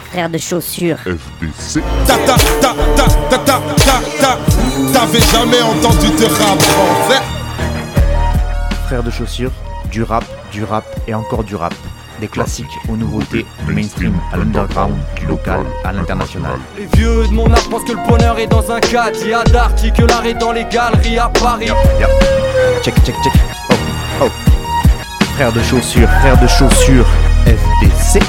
frères de chaussures. FDC. T'avais jamais entendu de rap français? Frères de chaussures, du rap et encore du rap. Des classiques aux nouveautés, du mainstream à l'underground, du local à l'international. Les vieux de mon âge pensent que le bonheur est dans un cadre. Il y a d'Arty que l'art est dans les galeries à Paris. Check. Oh. Frères de chaussures, FDC.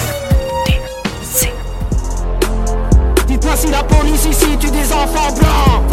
Dites-moi si la police ici tue des enfants blancs.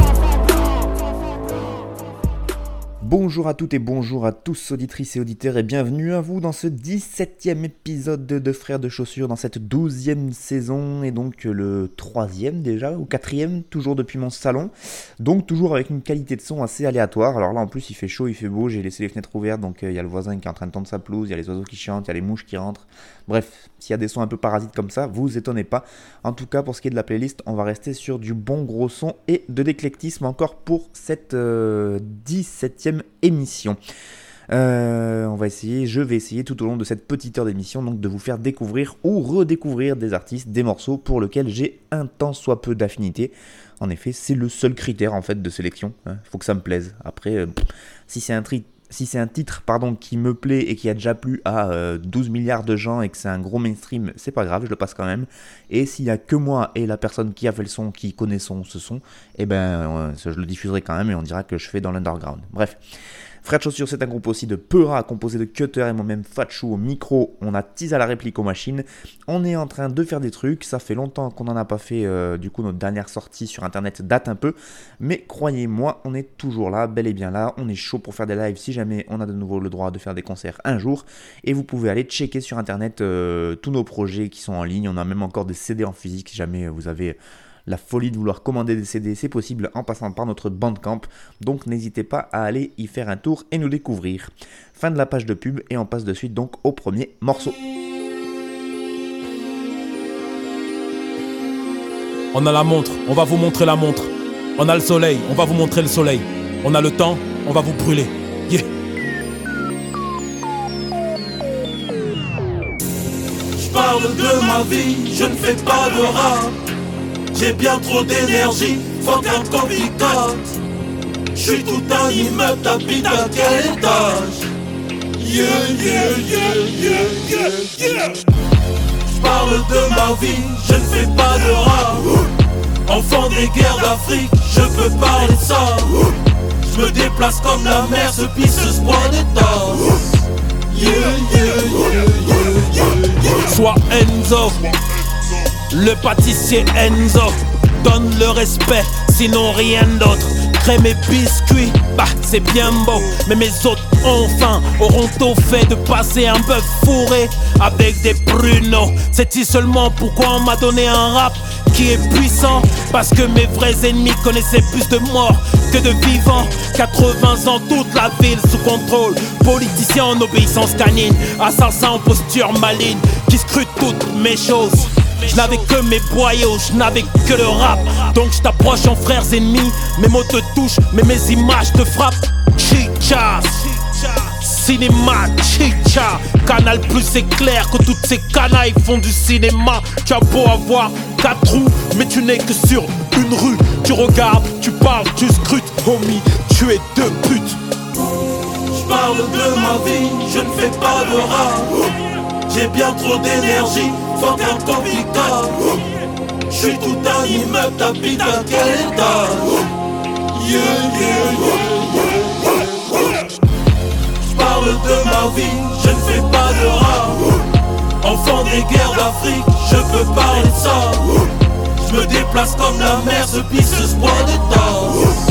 Bonjour à toutes et bonjour à tous, auditrices et auditeurs, et bienvenue à vous dans ce 17e épisode de Frères de Chaussures, dans cette 12e saison, et donc le 3e déjà, ou 4e, toujours depuis mon salon, donc toujours avec une qualité de son assez aléatoire. Alors là en plus il fait chaud, il fait beau, j'ai laissé les fenêtres ouvertes, donc il y a le voisin qui est en train de tondre sa pelouse, il y a les oiseaux qui chantent, il y a les mouches qui rentrent, bref, s'il y a des sons un peu parasites comme ça, vous étonnez pas. En tout cas pour ce qui est de la playlist, on va rester sur du bon gros son et de l'éclectisme encore pour cette 17e émission. Je vais essayer tout au long de cette petite heure d'émission donc de vous faire découvrir ou redécouvrir des artistes, des morceaux pour lesquels j'ai un tant soit peu d'affinité. En effet, c'est le seul critère en fait de sélection. Faut que ça me plaise. Après, si c'est un titre qui me plaît et qui a déjà plu à 12 milliards de gens et que c'est un gros mainstream, c'est pas grave, je le passe quand même. Et s'il y a que moi et la personne qui a fait le son, qui connaît ce son, je le diffuserai quand même et on dira que je fais dans l'underground. Bref. Frères de Chaussures, c'est un groupe aussi de Peura composé de Cutter et moi-même Fatchou au micro. On a Tease à la réplique aux machines. On est en train de faire des trucs. Ça fait longtemps qu'on n'en a pas fait. Du coup, notre dernière sortie sur internet date un peu. Mais croyez-moi, on est toujours là, bel et bien là. On est chaud pour faire des lives si jamais on a de nouveau le droit de faire des concerts un jour. Et vous pouvez aller checker sur internet tous nos projets qui sont en ligne. On a même encore des CD en physique si jamais vous avez la folie de vouloir commander des CD, c'est possible en passant par notre Bandcamp, donc n'hésitez pas à aller y faire un tour et nous découvrir. Fin de la page de pub et on passe de suite donc au premier morceau. On a la montre, on va vous montrer la montre. On a le soleil, on va vous montrer le soleil. On a le temps, on va vous brûler. Yeah. Je parle de ma vie, je ne fais pas de rap. J'ai bien trop d'énergie, fuck un copycat. J'suis tout un immeuble, t'habites à quel étage? Yeah. J'parle de ma vie, je ne fais pas de rap. Enfant des guerres d'Afrique, je peux parler de ça. J'me déplace comme la mer, se pisse, se boit des tasses. Sois Enzo, le pâtissier Enzo, donne le respect, sinon rien d'autre. Crème et biscuits, c'est bien beau, mais mes autres enfants auront au fait de passer un bœuf fourré avec des pruneaux. C'est-il seulement pourquoi on m'a donné un rap qui est puissant? Parce que mes vrais ennemis connaissaient plus de morts que de vivants. 80 ans, toute la ville sous contrôle. Politiciens en obéissance canine, assassins en posture maligne, qui scrutent toutes mes choses. Je n'avais que mes boyaux, je n'avais que le rap. Donc je t'approche en frères ennemis. Mes mots te touchent, mais mes images te frappent. Chicha, cinéma, chicha. Canal Plus c'est clair que toutes ces canailles font du cinéma. Tu as beau avoir 4 roues, mais tu n'es que sur une rue. Tu regardes, tu parles, tu scrutes. Homie, tu es deux putes. Je parle de ma vie, je ne fais pas de rap. J'ai bien trop d'énergie, fuck un copycat. J'suis tout un immeuble, t'habites à quel étage? J'parle de ma vie, je ne fais pas de rap. Enfant des guerres d'Afrique, je peux parler de ça. J'me déplace comme la mer, se pisse, se boit des tasses.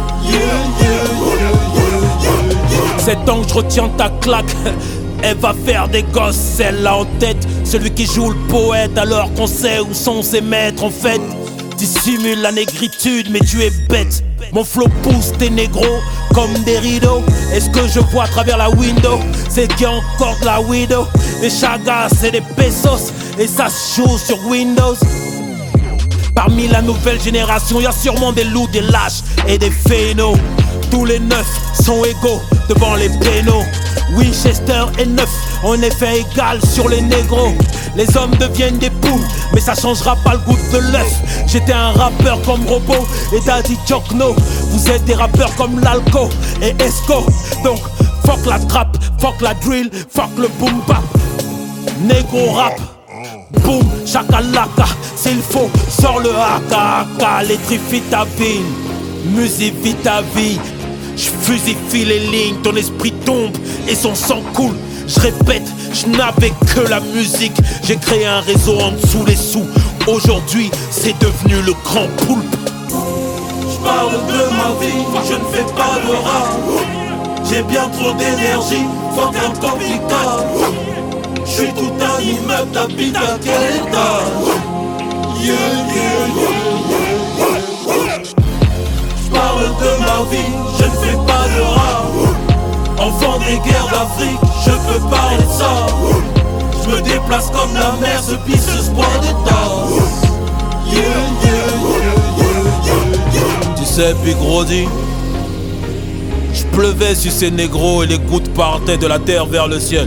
7 ans que je retiens ta claque. Elle va faire des gosses, celle-là en tête. Celui qui joue le poète alors qu'on sait où sont ses maîtres en fait. Dissimule la négritude mais tu es bête. Mon flow pousse tes négros comme des rideaux. Est-ce que je vois à travers la window? C'est qu'il y a encore de la widow. Des chagas et des pesos. Et ça se joue sur Windows. Parmi la nouvelle génération, y'a sûrement des loups, des lâches et des fénos. Tous les neufs sont égaux, devant les pénaux. Winchester est neuf, en effet égal sur les négros. Les hommes deviennent des poules, mais ça changera pas le goût de l'œuf. J'étais un rappeur comme Robo et Daddy Chocno. Vous êtes des rappeurs comme Lalco et Esco. Donc fuck la trappe, fuck la drill, fuck le boom bap. Négro rap, boom, chakalaka. S'il faut, sors le haka haka. Électrifie ta ville, musifie ta vie. J'fusifie les lignes, ton esprit tombe et son sang coule. Je répète, je n'avais que la musique. J'ai créé un réseau en dessous les sous. Aujourd'hui, c'est devenu le grand poulpe. Je parle de ma vie, je ne fais pas de rap. J'ai bien trop d'énergie, fuck un complicat. Je suis tout un immeuble, t'habites à quel étage? Yeah, yeah, yeah. Je parle de ma vie, je ne fais pas de rap. Enfant des guerres d'Afrique, je peux parler de ça. Je me déplace comme la mer, ce pisse, ce bois des tasses. Yeah, yeah, yeah, yeah, yeah. Tu sais, Big Roddy, je pleuvais sur ces négros et les gouttes partaient de la terre vers le ciel.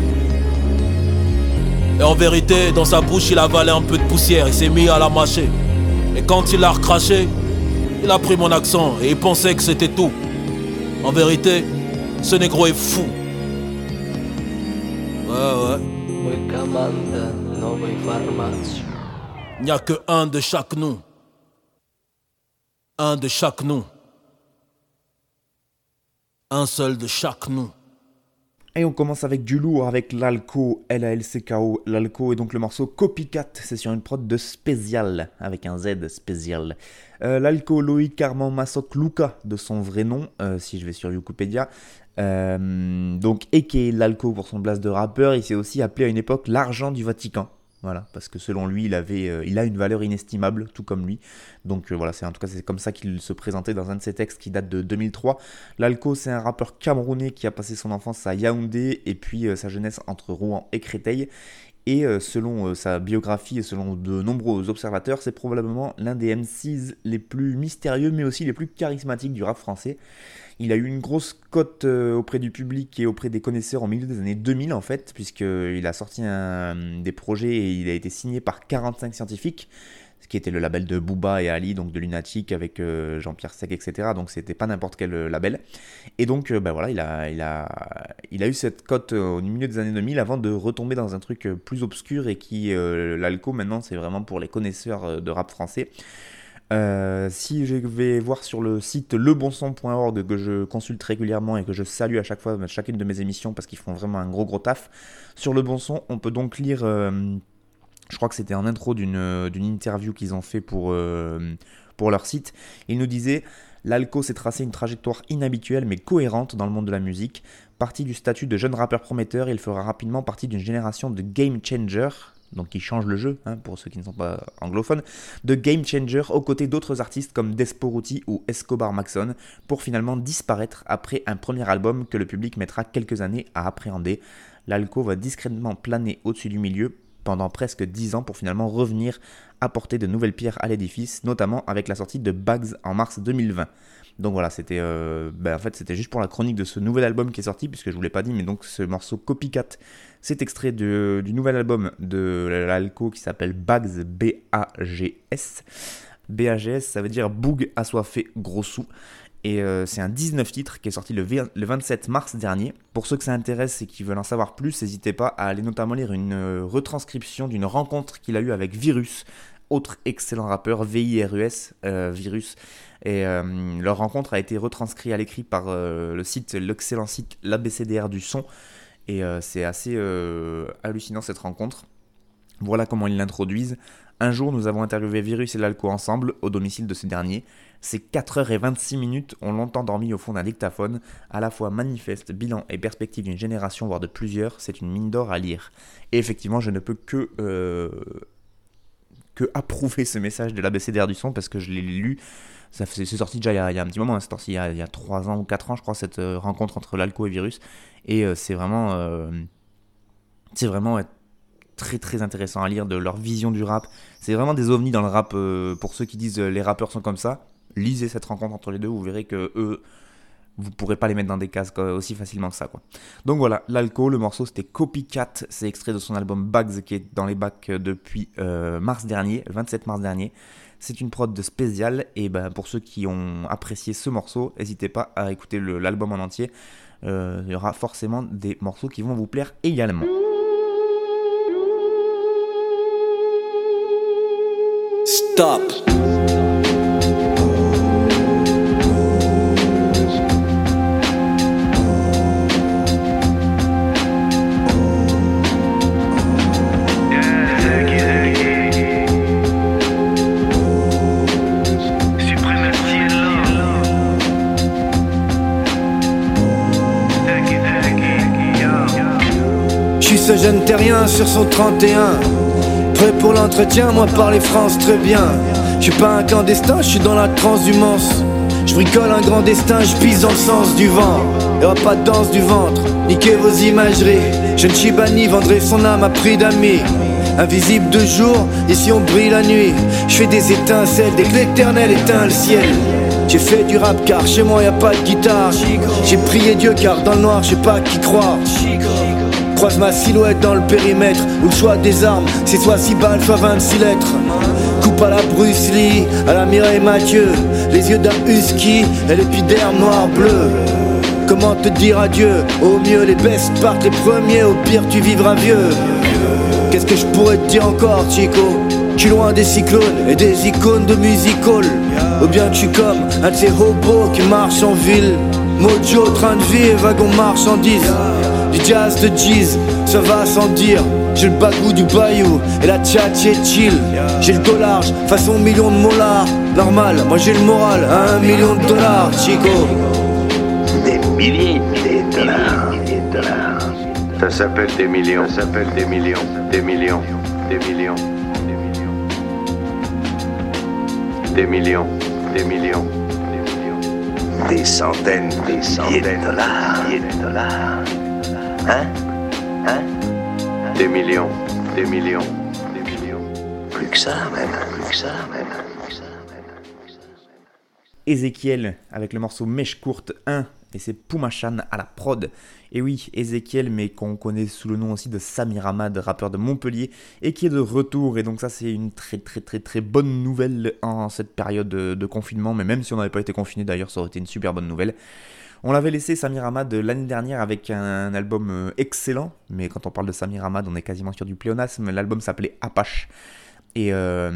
Et en vérité, dans sa bouche, il avalait un peu de poussière, il s'est mis à la mâcher. Et quand il l'a recraché, il a pris mon accent et il pensait que c'était tout. En vérité, ce négro est fou. Ouais. Il n'y a que un de chaque nous. Un de chaque nous. Un seul de chaque nous. Et on commence avec du lourd, avec l'Alco, L-A-L-C-K-O. L'Alco est donc le morceau Copycat, c'est sur une prod de Spécial, avec un Z, Spécial. L'Alco, Loïc Armand Massok Luca, de son vrai nom, si je vais sur Wikipédia. Donc, aka l'Alco pour son blast de rappeur, il s'est aussi appelé à une époque l'argent du Vatican. Voilà, parce que selon lui, il a une valeur inestimable, tout comme lui. Donc voilà, en tout cas c'est comme ça qu'il se présentait dans un de ses textes qui date de 2003. L'Alco, c'est un rappeur camerounais qui a passé son enfance à Yaoundé et puis sa jeunesse entre Rouen et Créteil. Et selon sa biographie et selon de nombreux observateurs, c'est probablement l'un des MCs les plus mystérieux mais aussi les plus charismatiques du rap français. Il a eu une grosse cote auprès du public et auprès des connaisseurs en milieu des années 2000 en fait, puisqu'il a sorti des projets et il a été signé par 45 scientifiques, ce qui était le label de Booba et Ali, donc de Lunatic avec Jean-Pierre Sec, etc. Donc c'était pas n'importe quel label. Et donc voilà, il a eu cette cote au milieu des années 2000 avant de retomber dans un truc plus obscur et qui, l'Alco maintenant, c'est vraiment pour les connaisseurs de rap français. Si je vais voir sur le site lebonson.org que je consulte régulièrement et que je salue à chaque fois chacune de mes émissions parce qu'ils font vraiment un gros taf, sur Le Bon Son on peut donc lire, je crois que c'était en intro d'une interview qu'ils ont fait pour leur site. Ils nous disaient: l'Alco s'est tracé une trajectoire inhabituelle mais cohérente dans le monde de la musique. Parti du statut de jeune rappeur prometteur, il fera rapidement partie d'une génération de game changers, donc qui change le jeu, pour ceux qui ne sont pas anglophones, de game changer aux côtés d'autres artistes comme Desporuti ou Escobar Maxon, pour finalement disparaître après un premier album que le public mettra quelques années à appréhender. L'Alco va discrètement planer au-dessus du milieu pendant presque 10 ans pour finalement revenir apporter de nouvelles pierres à l'édifice, notamment avec la sortie de Bags en mars 2020. Donc voilà, c'était en fait c'était juste pour la chronique de ce nouvel album qui est sorti, puisque je vous l'ai pas dit, mais donc ce morceau Copycat, c'est extrait du nouvel album de l'Alco qui s'appelle Bags, B-A-G-S. B-A-G-S, ça veut dire Boug assoiffé gros sous. Et c'est un 19 titres qui est sorti le 27 mars dernier. Pour ceux que ça intéresse et qui veulent en savoir plus, n'hésitez pas à aller notamment lire une retranscription d'une rencontre qu'il a eue avec Virus, autre excellent rappeur, V-I-R-U-S, Virus. Et leur rencontre a été retranscrite à l'écrit par l'excellent site l'ABCDR du son. Et c'est assez hallucinant cette rencontre. Voilà comment ils l'introduisent. Un jour, nous avons interviewé Virus et l'Alco ensemble, au domicile de ce dernier. Ces 4h26, on l'entend dormi au fond d'un dictaphone, à la fois manifeste, bilan et perspective d'une génération, voire de plusieurs, c'est une mine d'or à lire. Et effectivement, je ne peux que approuver ce message de l'ABCDR du son, parce que je l'ai lu. C'est sorti déjà il y a un petit moment, c'est sorti il y a 3 ans ou 4 ans, je crois, cette rencontre entre l'Alco et Virus. Et c'est vraiment très très intéressant à lire, de leur vision du rap. C'est vraiment des ovnis dans le rap, pour ceux qui disent les rappeurs sont comme ça. Lisez cette rencontre entre les deux, vous verrez que eux, vous pourrez pas les mettre dans des cases aussi facilement que ça, quoi. Donc voilà, l'Alco, le morceau c'était Copycat, c'est extrait de son album Bags qui est dans les bacs depuis mars dernier, le 27 mars dernier. C'est une prod de Spécial, et ben pour ceux qui ont apprécié ce morceau, n'hésitez pas à écouter l'album en entier. Il y aura forcément des morceaux qui vont vous plaire également. Stop. Ce jeune terrien sur son 31, prêt pour l'entretien, moi parler France très bien. Je suis pas un clandestin, je suis dans la transhumance. Je bricole un grand destin, je pisse dans le sens du vent. Y'aura pas de danse du ventre, niquez vos imageries. Jeune Chibani vendrait son âme à prix d'amis. Invisible de jour, ici on brille la nuit. Je fais des étincelles dès que l'éternel éteint le ciel. J'ai fait du rap car chez moi y a pas de guitare. J'ai prié Dieu car dans le noir j'ai pas qui croire. Croise ma silhouette dans le périmètre où le choix des armes c'est soit 6 balles soit 26 lettres. Coupe à la Bruce Lee, à la Mireille Mathieu, les yeux d'un husky et l'épiderme noir-bleu. Comment te dire adieu? Au mieux les bestes partent les premiers, au pire tu vivras vieux. Qu'est-ce que je pourrais te dire encore, Chico? Je suis loin des cyclones et des icônes de musical. Ou bien que je suis comme un de ces hobos qui marchent en ville. Mojo, train de vie et wagon marchandise. Du jazz de Jeez, ça va sans dire. J'ai le bagou du bayou et la tchatch est chill. J'ai le dos large, façon million de molars. Normal, moi j'ai le moral à $1 million, Chico. Des milliers de dollars. Ça s'appelle des millions, ça s'appelle des millions, des millions, des millions, des millions, des millions, des centaines, des milliers de dollars. Hein? Des millions, des millions, des millions. Plus que ça même, plus que ça même. Ezekiel avec le morceau Mèche Courte 1 et c'est Poumachan à la prod. Et oui, Ezekiel, mais qu'on connaît sous le nom aussi de Samir Hamad, rappeur de Montpellier, et qui est de retour. Et donc ça, c'est une très bonne nouvelle en cette période de confinement. Mais même si on n'avait pas été confiné d'ailleurs, ça aurait été une super bonne nouvelle. On l'avait laissé Samir Hamad l'année dernière avec un album excellent. Mais quand on parle de Samir Hamad, on est quasiment sur du pléonasme. L'album s'appelait Apache. Et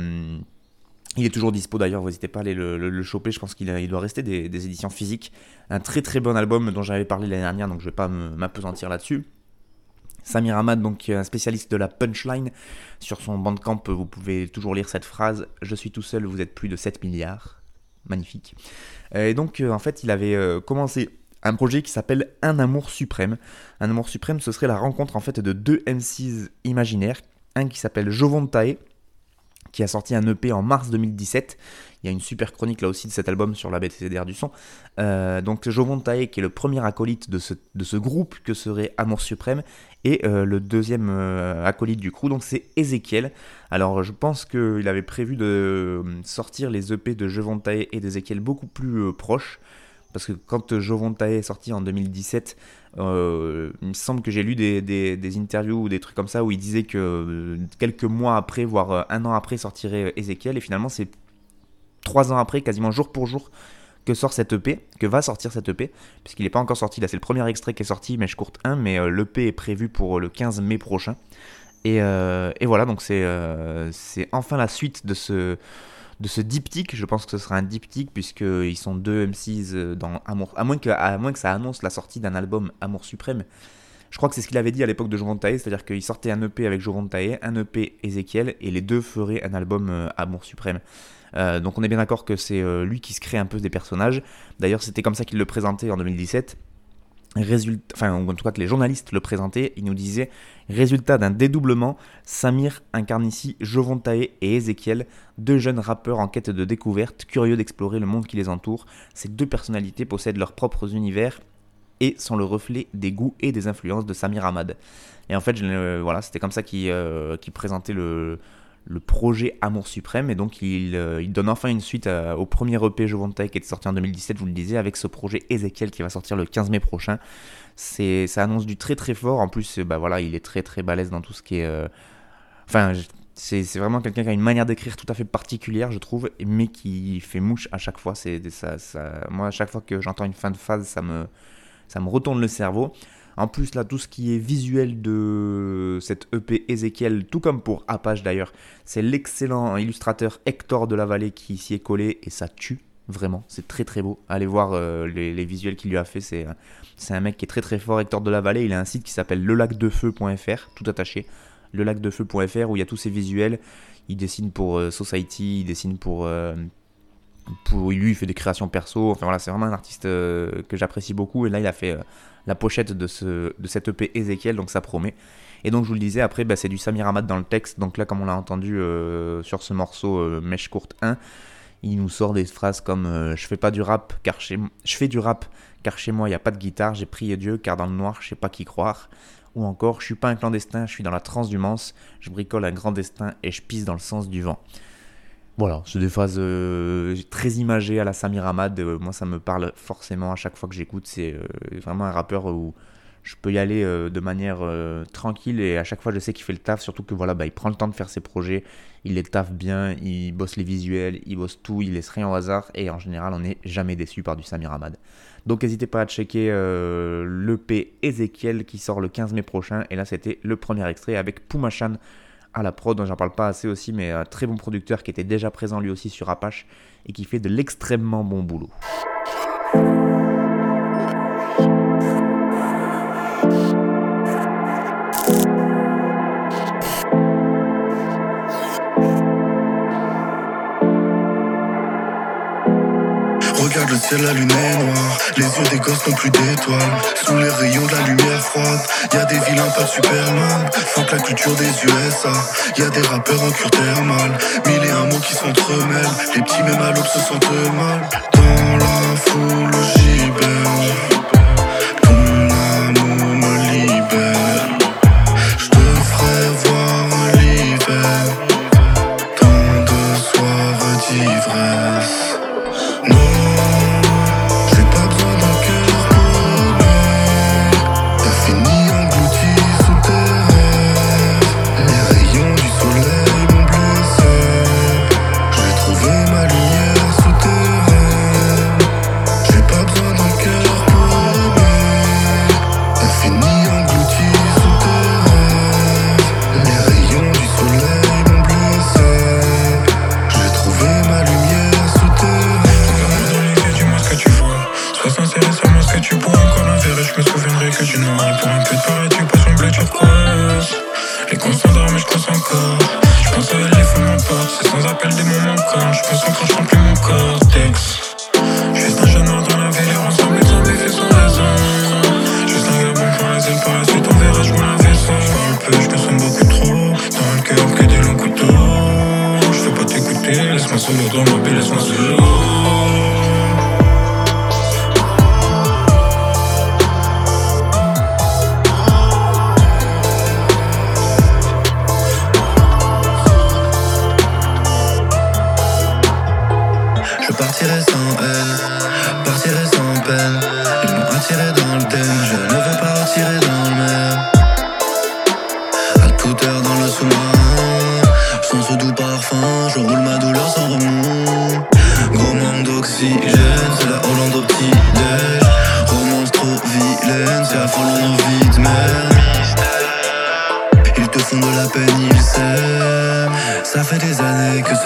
il est toujours dispo d'ailleurs, vous n'hésitez pas à aller le choper, je pense qu'il doit rester des éditions physiques. Un très bon album dont j'avais parlé l'année dernière, donc je ne vais pas m'appesantir là-dessus. Samir Hamad, donc un spécialiste de la punchline, sur son Bandcamp, vous pouvez toujours lire cette phrase « Je suis tout seul, vous êtes plus de 7 milliards ». Magnifique. Et donc en fait, il avait commencé un projet qui s'appelle Un amour suprême. Un amour suprême, ce serait la rencontre en fait de deux MCs imaginaires, un qui s'appelle Jovontae, qui a sorti un EP en mars 2017. Il y a une super chronique là aussi de cet album sur la BTCDR du son. Donc Jovontae qui est le premier acolyte de ce groupe que serait Amour Suprême, et le deuxième acolyte du crew, donc c'est Ezekiel. Alors je pense qu'il avait prévu de sortir les EP de Jovontae et d'Ezekiel beaucoup plus proches, parce que quand Jovontae est sorti en 2017, il me semble que j'ai lu des interviews ou des trucs comme ça où il disait que quelques mois après, voire un an après, sortirait Ezekiel, et finalement c'est 3 ans après, quasiment jour pour jour, que va sortir cette EP, puisqu'il n'est pas encore sorti. Là c'est le premier extrait qui est sorti, Mèche Courte 1, mais l'EP est prévu pour le 15 mai prochain, et voilà, donc c'est enfin la suite de ce diptyque. Je pense que ce sera un diptyque puisqu'ils sont deux MCs dans Amour, à moins que ça annonce la sortie d'un album Amour Suprême. Je crois que c'est ce qu'il avait dit à l'époque de Jovontae, c'est-à-dire qu'il sortait un EP avec Jovontae, un EP Ezekiel, et les deux feraient un album Amour Suprême. Donc on est bien d'accord que c'est lui qui se crée un peu des personnages. D'ailleurs c'était comme ça qu'il le présentait en 2017. En tout cas que les journalistes le présentaient, ils nous disaient: résultat d'un dédoublement, Samir incarne ici Jovontae et Ezekiel, deux jeunes rappeurs en quête de découverte, curieux d'explorer le monde qui les entoure. Ces deux personnalités possèdent leurs propres univers et sont le reflet des goûts et des influences de Samir Hamad. Et en fait, voilà, c'était comme ça qu'il présentait le projet Amour Suprême, et donc il donne enfin une suite au premier EP Jovonta qui est sorti en 2017, je vous le disais, avec ce projet Ezekiel qui va sortir le 15 mai prochain. Ça annonce du très très fort, en plus voilà, il est très très balèze dans tout ce qui est... c'est vraiment quelqu'un qui a une manière d'écrire tout à fait particulière, je trouve, mais qui fait mouche à chaque fois. Moi, à chaque fois que j'entends une fin de phase, ça me retourne le cerveau. En plus, là, tout ce qui est visuel de cette EP Ezekiel, tout comme pour Apache d'ailleurs, c'est l'excellent illustrateur Hector de la Vallée qui s'y est collé, et ça tue, vraiment, c'est très très beau. Allez voir les visuels qu'il lui a fait, c'est un mec qui est très très fort, Hector de la Vallée. Il a un site qui s'appelle lelacdefeu.fr, tout attaché, lelacdefeu.fr, où il y a tous ses visuels. Il dessine pour Society, il dessine pour lui, il fait des créations perso. Enfin voilà, c'est vraiment un artiste que j'apprécie beaucoup, et là il a fait la pochette de cette EP Ezekiel, donc ça promet. Et donc je vous le disais, après c'est du Samir Hamad dans le texte, donc là comme on l'a entendu sur ce morceau Mèche Courte 1, il nous sort des phrases comme je fais du rap car chez moi il n'y a pas de guitare, j'ai prié Dieu car dans le noir je sais pas qui croire, ou encore je suis pas un clandestin, je suis dans la transhumance, je bricole un grand destin et je pisse dans le sens du vent. Voilà, c'est des phases très imagées à la Samir Hamad. Moi, ça me parle forcément à chaque fois que j'écoute. C'est vraiment un rappeur où je peux y aller de manière tranquille, et à chaque fois, je sais qu'il fait le taf. Surtout que voilà, il prend le temps de faire ses projets, il les taffe bien, il bosse les visuels, il bosse tout, il laisse rien au hasard, et en général, on n'est jamais déçu par du Samir Hamad. Donc, n'hésitez pas à checker l'EP Ezekiel qui sort le 15 mai prochain. Et là, c'était le premier extrait avec Poumachan à la prod, dont j'en parle pas assez aussi, mais un très bon producteur qui était déjà présent lui aussi sur Apache et qui fait de l'extrêmement bon boulot. Regarde le ciel, la lune est noire. Les yeux des gosses n'ont plus d'étoiles. Sous les rayons de la lumière froide, y'a des vilains pas de Superman. Faut que la culture des USA. Y'a des rappeurs en cure thermale. 1001 mots qui s'entremêlent. Les petits même à l'aube se sentent mal. Dans la foule j'hiberne. Ton amour me libère. J'te ferai voir l'hiver. Tant de soirs d'ivresse.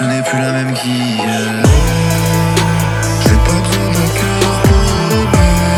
J'ai pas besoin d'un cœur pour aimer.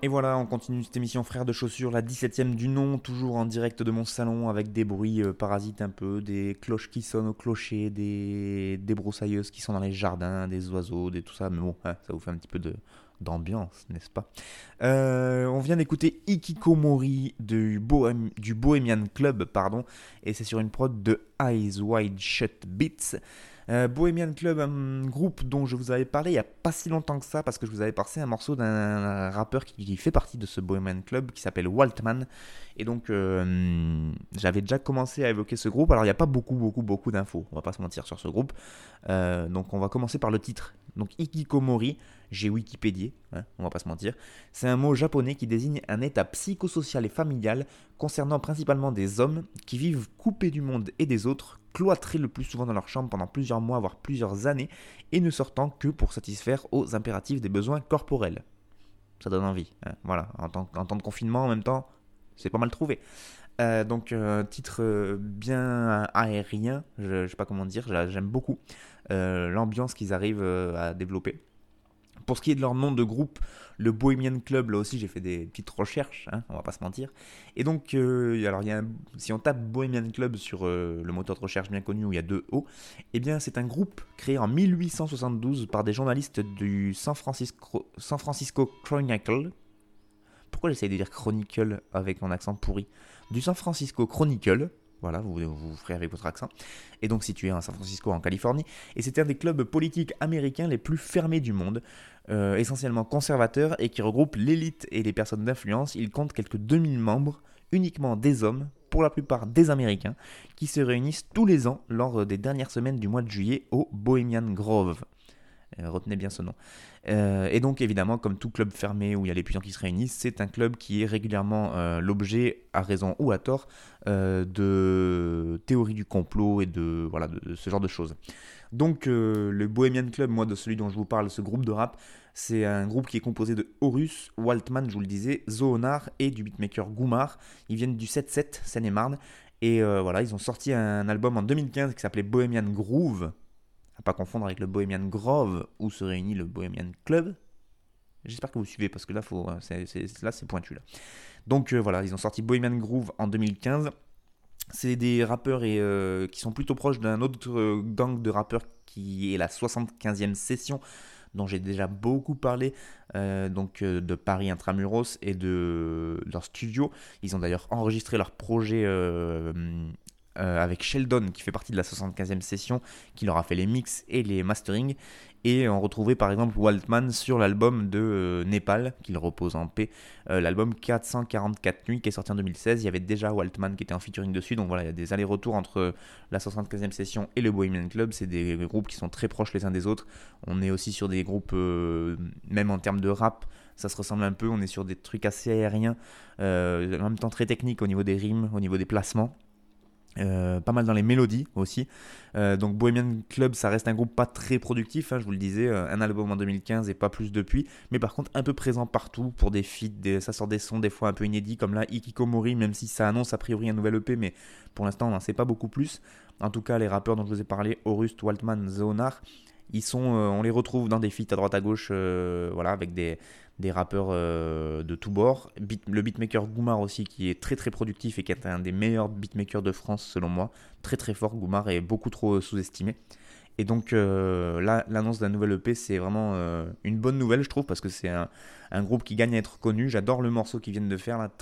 Et voilà, on continue cette émission Frères de Chaussures, la 17ème du nom, toujours en direct de mon salon avec des bruits parasites un peu, des cloches qui sonnent au clocher, des broussailleuses qui sont dans les jardins, des oiseaux, tout ça, mais bon, ça vous fait un petit peu d'ambiance, n'est-ce pas? On vient d'écouter Hikikomori du Bohemian Club, et c'est sur une prod de Eyes Wide Shut Beats. Bohemian Club, un groupe dont je vous avais parlé il n'y a pas si longtemps que ça, parce que je vous avais passé un morceau d'un rappeur qui fait partie de ce Bohemian Club, qui s'appelle Waltman, et donc j'avais déjà commencé à évoquer ce groupe. Alors il n'y a pas beaucoup d'infos, on va pas se mentir sur ce groupe, donc on va commencer par le titre. Donc Hikikomori, j'ai Wikipédié, on va pas se mentir, c'est un mot japonais qui désigne un état psychosocial et familial concernant principalement des hommes qui vivent coupés du monde et des autres, cloîtrés le plus souvent dans leur chambre pendant plusieurs mois voire plusieurs années et ne sortant que pour satisfaire aux impératifs des besoins corporels. Ça donne envie, voilà, en temps de confinement en même temps, c'est pas mal trouvé. Donc titre bien aérien, je sais pas comment dire, j'aime beaucoup l'ambiance qu'ils arrivent à développer. Pour ce qui est de leur nom de groupe, le Bohemian Club, là aussi j'ai fait des petites recherches, on va pas se mentir. Et donc, alors si on tape Bohemian Club sur le moteur de recherche bien connu où il y a 2 O, eh bien c'est un groupe créé en 1872 par des journalistes du San Francisco Chronicle. Pourquoi j'essaye de dire Chronicle avec mon accent pourri? Du San Francisco Chronicle. Voilà, vous ferez avec votre accent. Et donc situé à San Francisco en Californie. Et c'était un des clubs politiques américains les plus fermés du monde, essentiellement conservateurs et qui regroupe l'élite et les personnes d'influence. Il compte quelques 2000 membres, uniquement des hommes, pour la plupart des Américains, qui se réunissent tous les ans lors des dernières semaines du mois de juillet au Bohemian Grove. Retenez bien ce nom. Et donc évidemment, comme tout club fermé où il y a les puissants qui se réunissent, c'est un club qui est régulièrement l'objet, à raison ou à tort, de théories du complot et de ce genre de choses. Donc le Bohemian Club, moi de celui dont je vous parle, ce groupe de rap, c'est un groupe qui est composé de Horus, Waltman, je vous le disais, Zohonar et du beatmaker Goumar. Ils viennent du 7-7, Seine-et-Marne, et voilà, ils ont sorti un album en 2015 qui s'appelait Bohemian Groove. À pas confondre avec le Bohemian Grove où se réunit le Bohemian Club. J'espère que vous suivez parce que là, c'est pointu là. Donc voilà, ils ont sorti Bohemian Groove en 2015. C'est des rappeurs qui sont plutôt proches d'un autre gang de rappeurs qui est la 75e session dont j'ai déjà beaucoup parlé, de Paris Intramuros et de leur studio. Ils ont d'ailleurs enregistré leur projet avec Sheldon qui fait partie de la 75e session, qui leur a fait les mix et les mastering, et on retrouvait par exemple Waltman sur l'album de Népal, qu'il repose en paix, l'album 444 nuits qui est sorti en 2016. Il y avait déjà Waltman qui était en featuring dessus, donc voilà, il y a des allers-retours entre la 75e session et le Bohemian Club. C'est des groupes qui sont très proches les uns des autres. On est aussi sur des groupes, même en termes de rap, ça se ressemble un peu, on est sur des trucs assez aériens, en même temps très techniques au niveau des rimes, au niveau des placements. Pas mal dans les mélodies aussi. Donc Bohemian Club, ça reste un groupe pas très productif, je vous le disais, un album en 2015 et pas plus depuis, mais par contre un peu présent partout pour des feats, ça sort des sons des fois un peu inédits comme là Hikikomori, même si ça annonce a priori un nouvel EP, mais pour l'instant on n'en sait pas beaucoup plus. En tout cas les rappeurs dont je vous ai parlé, Horus, Waltman, Zohonar, on les retrouve dans des feats à droite à gauche, avec des rappeurs de tous bords. Le beatmaker Goumar aussi, qui est très très productif et qui est un des meilleurs beatmakers de France selon moi. Très très fort, Goumar est beaucoup trop sous-estimé. Et donc là, l'annonce d'un nouvel EP, c'est vraiment une bonne nouvelle, je trouve, parce que c'est un groupe qui gagne à être connu. J'adore le morceau qu'ils viennent de faire là,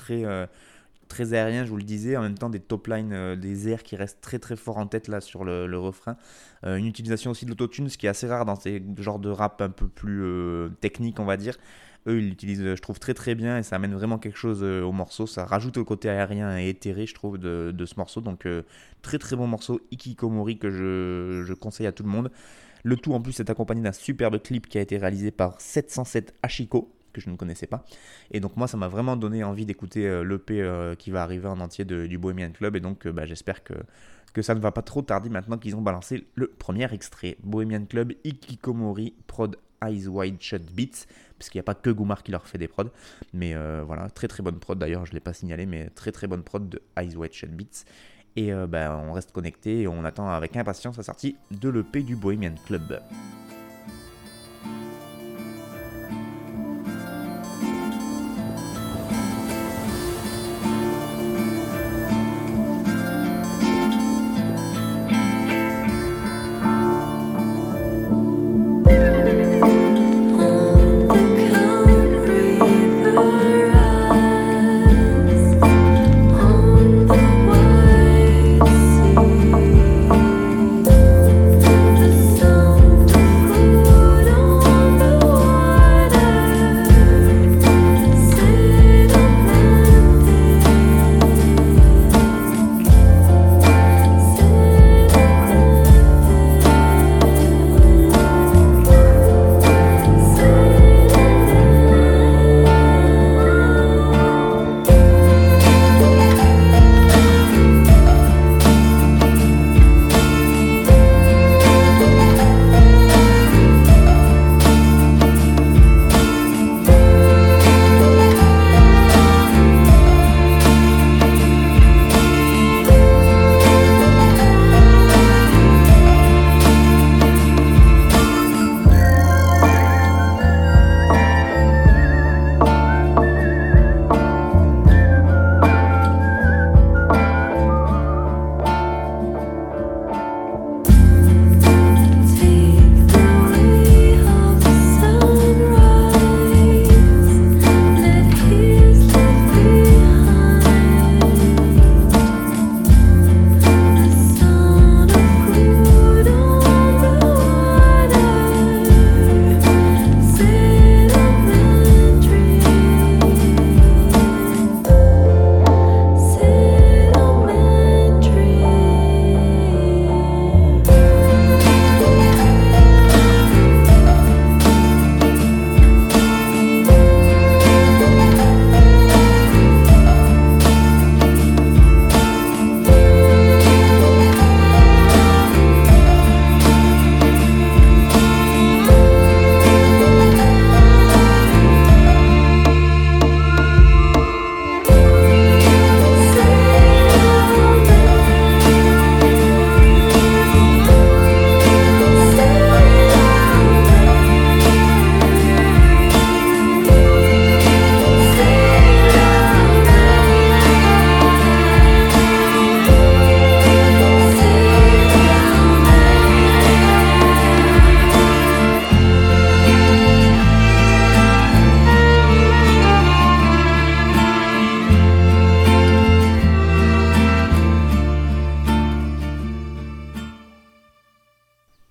très aérien, je vous le disais, en même temps des top lines, des airs qui restent très très forts en tête là sur le refrain. Une utilisation aussi de l'autotune, ce qui est assez rare dans ces genres de rap un peu plus technique, on va dire. Eux, ils l'utilisent, je trouve, très très bien, et ça amène vraiment quelque chose au morceau. Ça rajoute au côté aérien et éthéré, je trouve, de ce morceau. Donc très très bon morceau, Hikikomori, que je conseille à tout le monde. Le tout en plus est accompagné d'un superbe clip qui a été réalisé par 707 Hachiko, que je ne connaissais pas, et donc moi ça m'a vraiment donné envie d'écouter l'EP qui va arriver en entier du Bohemian Club, et donc j'espère que ça ne va pas trop tarder maintenant qu'ils ont balancé le premier extrait. Bohemian Club, Hikikomori, prod Eyes Wide Shut Beats, parce qu'il n'y a pas que Goumar qui leur fait des prods, mais voilà, très très bonne prod d'ailleurs, je ne l'ai pas signalé, mais très très bonne prod de Eyes Wide Shut Beats. Et on reste connecté et on attend avec impatience la sortie de l'EP du Bohemian Club.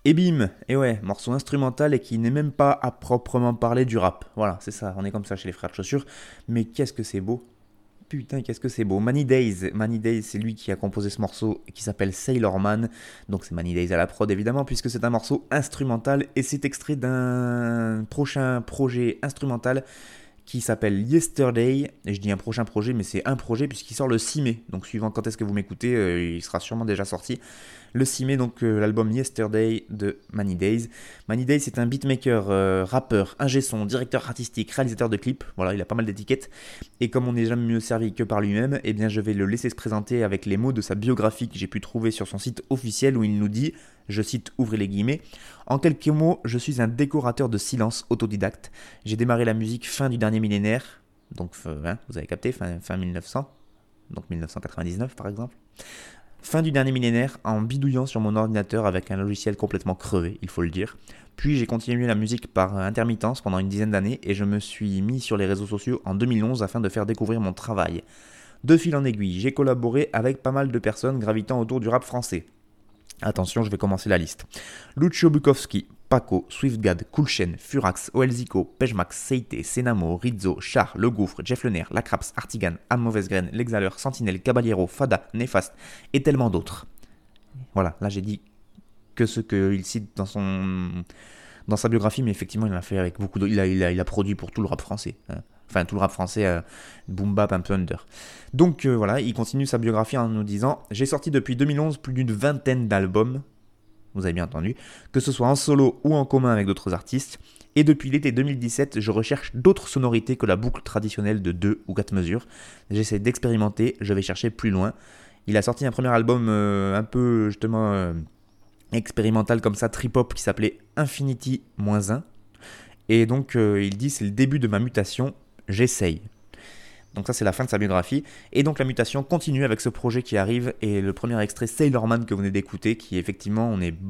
Et bim, et ouais, morceau instrumental et qui n'est même pas à proprement parler du rap. Voilà, c'est ça, on est comme ça chez les frères de chaussures. Mais qu'est-ce que c'est beau. Putain, qu'est-ce que c'est beau. Many Days, c'est lui qui a composé ce morceau qui s'appelle Sailor Man. Donc c'est Many Days à la prod évidemment, puisque c'est un morceau instrumental et c'est extrait d'un prochain projet instrumental qui s'appelle Yesterday. Et je dis un prochain projet, mais c'est un projet puisqu'il sort le 6 mai. Donc suivant quand est-ce que vous m'écoutez, il sera sûrement déjà sorti. Le 6 mai, donc l'album Yesterday de Many Days. Many Days, c'est un beatmaker, rappeur, ingé son, directeur artistique, réalisateur de clips. Voilà, il a pas mal d'étiquettes. Et comme on n'est jamais mieux servi que par lui-même, eh bien je vais le laisser se présenter avec les mots de sa biographie que j'ai pu trouver sur son site officiel où il nous dit, je cite, ouvrez les guillemets, en quelques mots, je suis un décorateur de silence autodidacte. J'ai démarré la musique fin du dernier millénaire, donc vous avez capté, fin 1900, donc 1999 par exemple. Fin du dernier millénaire en bidouillant sur mon ordinateur avec un logiciel complètement crevé, il faut le dire. Puis j'ai continué la musique par intermittence pendant une dizaine d'années et je me suis mis sur les réseaux sociaux en 2011 afin de faire découvrir mon travail. De fil en aiguille, j'ai collaboré avec pas mal de personnes gravitant autour du rap français. Attention, je vais commencer la liste. Lucio Bukowski, Paco, Swiftgad, Coolchen, Furax, OLZico, Pejmax, Seite, Senamo, Rizzo, Char, Le Gouffre, Jeff Lener, Lacraps, Artigan, Am Mauvaise Graine, L'Exhaleur, Sentinelle, Caballero, Fada, Néfaste et tellement d'autres. Voilà, là j'ai dit que ce qu'il cite dans sa biographie, mais effectivement il en a fait avec beaucoup d'autres. Il a produit pour tout le rap français. Enfin, tout le rap français, boom bap, un peu under. Donc voilà, il continue sa biographie en nous disant « J'ai sorti depuis 2011 plus d'une vingtaine d'albums, vous avez bien entendu, que ce soit en solo ou en commun avec d'autres artistes, et depuis l'été 2017, je recherche d'autres sonorités que la boucle traditionnelle de 2 ou 4 mesures. J'essaie d'expérimenter, je vais chercher plus loin. » Il a sorti un premier album un peu, justement, expérimental comme ça, trip-hop, qui s'appelait Infinity-1. Et donc, il dit « C'est le début de ma mutation. J'essaye. » Donc ça c'est la fin de sa biographie. Et donc la mutation continue avec ce projet qui arrive. Et le premier extrait Sailor Man que vous venez d'écouter, qui effectivement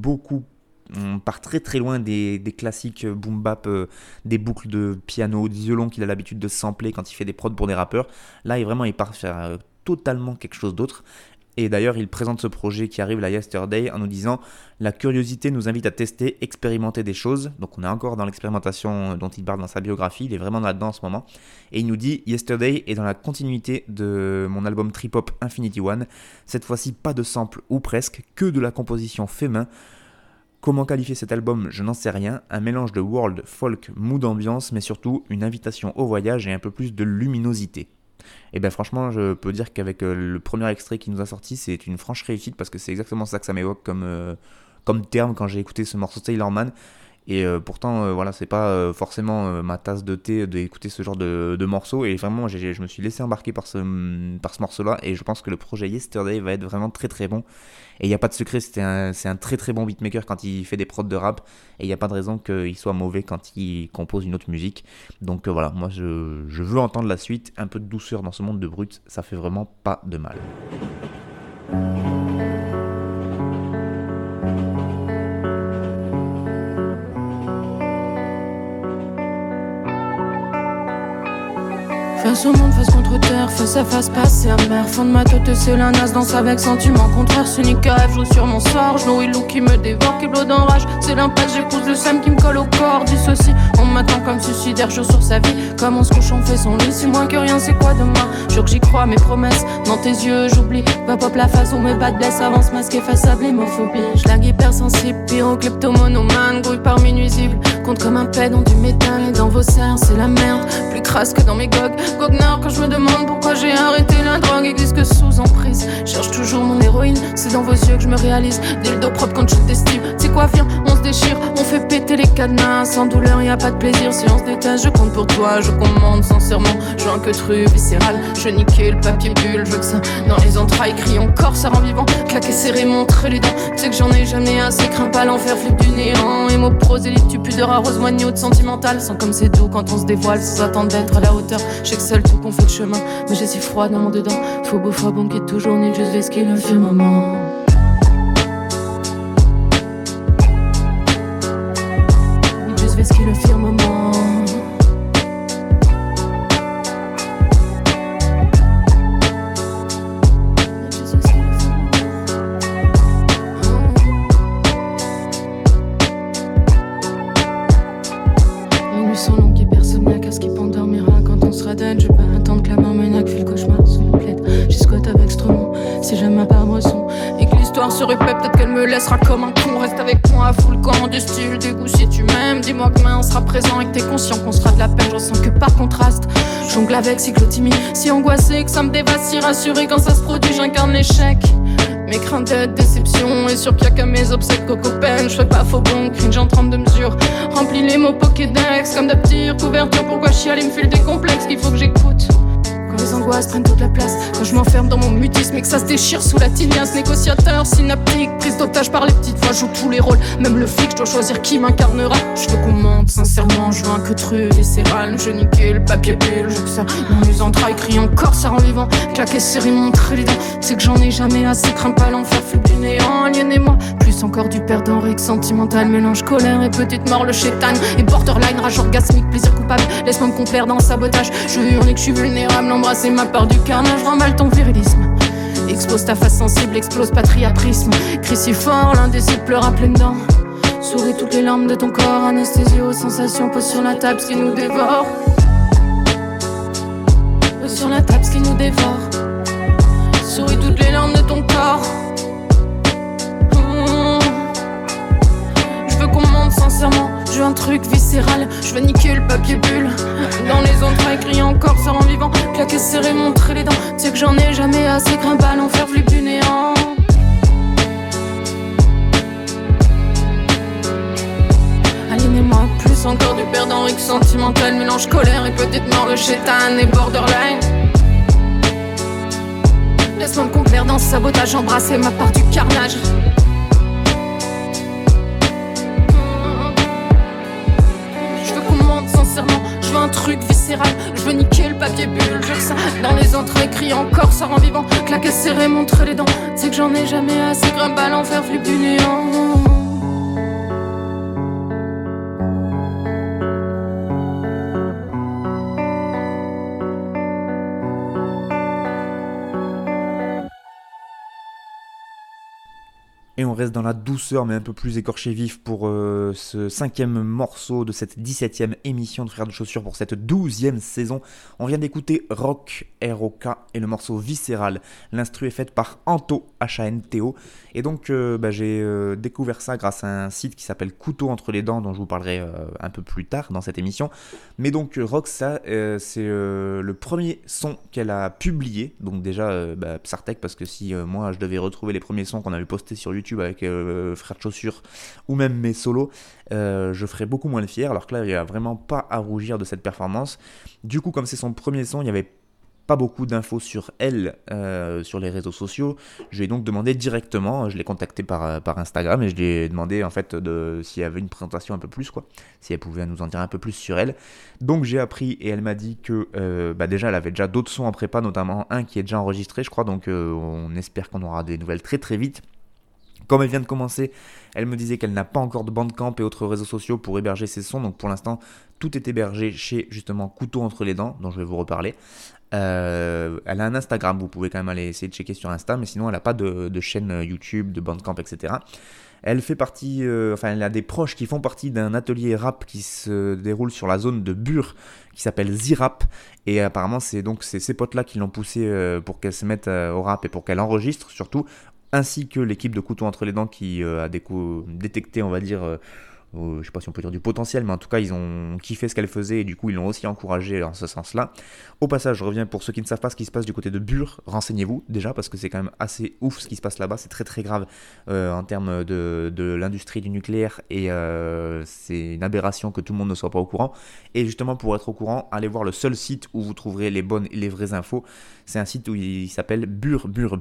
on part très très loin des classiques boom bap, des boucles de piano, de violon qu'il a l'habitude de sampler quand il fait des prods pour des rappeurs. Là il part faire totalement quelque chose d'autre. Et d'ailleurs, il présente ce projet qui arrive, la Yesterday, en nous disant « La curiosité nous invite à tester, expérimenter des choses. » Donc on est encore dans l'expérimentation dont il parle dans sa biographie, il est vraiment là-dedans en ce moment. Et il nous dit « Yesterday est dans la continuité de mon album trip-hop Infinity-1. Cette fois-ci, pas de sample ou presque, que de la composition fait main. Comment qualifier cet album, je n'en sais rien. Un mélange de world, folk, mood ambiance, mais surtout une invitation au voyage et un peu plus de luminosité. » Et bien franchement, je peux dire qu'avec le premier extrait qu'il nous a sorti, c'est une franche réussite parce que c'est exactement ça que ça m'évoque comme terme quand j'ai écouté ce morceau Sailor Man. Et pourtant, voilà, c'est pas forcément ma tasse de thé d'écouter ce genre de morceaux. Et vraiment, je me suis laissé embarquer par ce morceau-là. Et je pense que le projet Yesterday va être vraiment très très bon. Et il n'y a pas de secret, c'est un très très bon beatmaker quand il fait des prods de rap. Et il n'y a pas de raison qu'il soit mauvais quand il compose une autre musique. Donc voilà, moi je veux entendre la suite. Un peu de douceur dans ce monde de brut, ça fait vraiment pas de mal. Face au monde, face contre terre, face à face, passer amer. Fond de ma tête, c'est la naze, danse avec sentiment contraire. Ce nique à joue sur mon sort, je nourris loup qui me dévore, qui blow d'enrage. C'est l'impact, j'épouse le seum qui me colle au corps. Dissocié, on m'attend comme suicidaire, chaud sur sa vie. Comme on se couche, on fait son lit, si moins que rien, c'est quoi demain? Jure que j'y crois, mes promesses, dans tes yeux, j'oublie. Va pop la face où mes bas de blesse avance, masqué face à blémophobie. J'lag hypersensible, pyro, kleptomonomane, grouille parmi nuisibles. Compte comme un pet dans du métal et dans vos serres, c'est la merde. Plus crasse que dans mes gogues. Goguenard quand je me demande pourquoi j'ai arrêté la drogue, existe que sous emprise. Cherche toujours mon héroïne, c'est dans vos yeux que je me réalise. Des le dos propre quand je t'estime. C'est quoi, viens, on se déchire, on fait péter les cadenas. Sans douleur, y a pas de plaisir. Si on se détache, je compte pour toi, je commande sincèrement. Je veux un que truc viscéral, je veux niquer le papier bulle. Je veux que ça dans les entrailles crie encore, ça rend vivant. Claquer, serrer, montrer les dents. Tu sais que j'en ai jamais assez, crains pas l'enfer, flip du néant. Et mots prosélyte, tu pudeur, arrose-moi de sentimental. Sans comme c'est doux quand on se dévoile, sans attendre d'être à la hauteur. Je sais que seul tout qu'on fait le chemin, mais j'ai si froid dans mon dedans. Faut beau fois bon qui est toujours nul, juste vesquer le firmament. Juste vesquer le firmament. me laissera comme un con. Reste avec moi, full camp du style du goût si tu m'aimes. Dis-moi que demain on sera présent et que t'es conscient qu'on sera de la peine. Je ressens que par contraste, jongle avec cyclotimie. Si angoissé que ça me dévaste, si rassuré quand ça se produit, j'incarne l'échec. Mes craintes d'être déception et sûr qu'il y a que mes obsèques coco peine. Je fais pas faux bon, cringe en 32 mesures. Remplis les mots Pokédex comme d'aptires couverture. Pourquoi chialer me file des complexes qu'il faut que j'écoute. Quand les angoisses prennent toute la place, quand je m'enferme dans mon mutisme et que ça se déchire sous la tilias. Négociateur synaptique, prise d'otage par les petites voix. Joue tous les rôles, même le flic, je dois choisir qui m'incarnera. Je veux qu'on mente, sincèrement, je veux un que truc viscéral. Je niquais le papier bulle, je veux que ça dans les entrailles crie encore ça en vivant. Claquer, serrer, montrer les dents. C'est que j'en ai jamais assez, crains pas l'enfer, flux du néant. Aliénez-moi, plus encore du perdant, ric sentimental. Mélange colère et petite mort, le chétan. Et borderline, rage orgasmique, plaisir coupable. Laisse-moi me complaire dans le sabotage. Je hurle que je suis vulnérable. Embrasser ma part du carnage, remballe ton virilisme. Expose ta face sensible, explose patriaprisme. Crie si fort, l'indécis pleure à pleines dents. Souris toutes les larmes de ton corps, anesthésie aux sensations. Pose sur la table ce qui nous dévore. Pose sur la table ce qui nous dévore. Souris toutes les larmes de ton corps. Je veux qu'on monte sincèrement. Je veux un truc viscéral, je veux niquer le papier bulle. Dans les entrailles, crier encore, ça rend vivant. Claquer, serrer, montrer les dents. Tu sais que j'en ai jamais assez, crains pas l'enfer, flip du néant. Aliénez-moi, plus encore du perdant, ric sentimental. Mélange colère et petite mort, le chétan et borderline. Laisse-moi me complaire dans ce sabotage, embrasser ma part du carnage. Je veux un truc viscéral, je veux niquer le papier bulle. Je veux ça dans les entrailles, crie encore, ça rend vivant. Claquer, serrer, montrer les dents. C'est que j'en ai jamais assez, grimpe à l'enfer, flip du néant. Et on reste dans la douceur mais un peu plus écorché vif pour ce 5e morceau de cette 17e émission de Frères de Chaussures pour cette 12e saison. On vient d'écouter Rock, R-O-K et le morceau Viscéral. L'instru est faite par Anto, H-A-N-T-O. Et donc j'ai découvert ça grâce à un site qui s'appelle Couteau entre les dents dont je vous parlerai un peu plus tard dans cette émission. Mais donc Rock, ça c'est le premier son qu'elle a publié. Donc déjà Psartec, parce que si moi je devais retrouver les premiers sons qu'on avait postés sur YouTube avec Frères de Chaussures ou même mes solos, je ferais beaucoup moins le fier, alors que là il n'y a vraiment pas à rougir de cette performance. Du coup, comme c'est son premier son, il n'y avait pas beaucoup d'infos sur elle sur les réseaux sociaux. Je lui ai donc demandé directement, je l'ai contacté par Instagram et je lui ai demandé en fait s'il y avait une présentation un peu plus, quoi, si elle pouvait nous en dire un peu plus sur elle. Donc j'ai appris et elle m'a dit que déjà elle avait déjà d'autres sons en prépa, notamment un qui est déjà enregistré je crois, donc on espère qu'on aura des nouvelles très très vite. Comme elle vient de commencer, elle me disait qu'elle n'a pas encore de Bandcamp et autres réseaux sociaux pour héberger ses sons. Donc pour l'instant, tout est hébergé chez justement Couteau entre les dents, dont je vais vous reparler. Elle a un Instagram, vous pouvez quand même aller essayer de checker sur Insta, mais sinon elle n'a pas de chaîne YouTube, de Bandcamp, etc. Elle fait partie, elle a des proches qui font partie d'un atelier rap qui se déroule sur la zone de Bure, qui s'appelle Z-Rap. Et apparemment, c'est ces potes-là qui l'ont poussée pour qu'elle se mette au rap et pour qu'elle enregistre surtout, ainsi que l'équipe de Couteau entre les dents qui a détecté, on va dire, je sais pas si on peut dire du potentiel, mais en tout cas ils ont kiffé ce qu'elle faisait et du coup ils l'ont aussi encouragée en ce sens-là. Au passage, je reviens pour ceux qui ne savent pas ce qui se passe du côté de Bure, renseignez-vous déjà parce que c'est quand même assez ouf ce qui se passe là-bas, c'est très très grave en termes de l'industrie du nucléaire et c'est une aberration que tout le monde ne soit pas au courant. Et justement pour être au courant, allez voir le seul site où vous trouverez les bonnes et les vraies infos. C'est un site où il s'appelle burebure,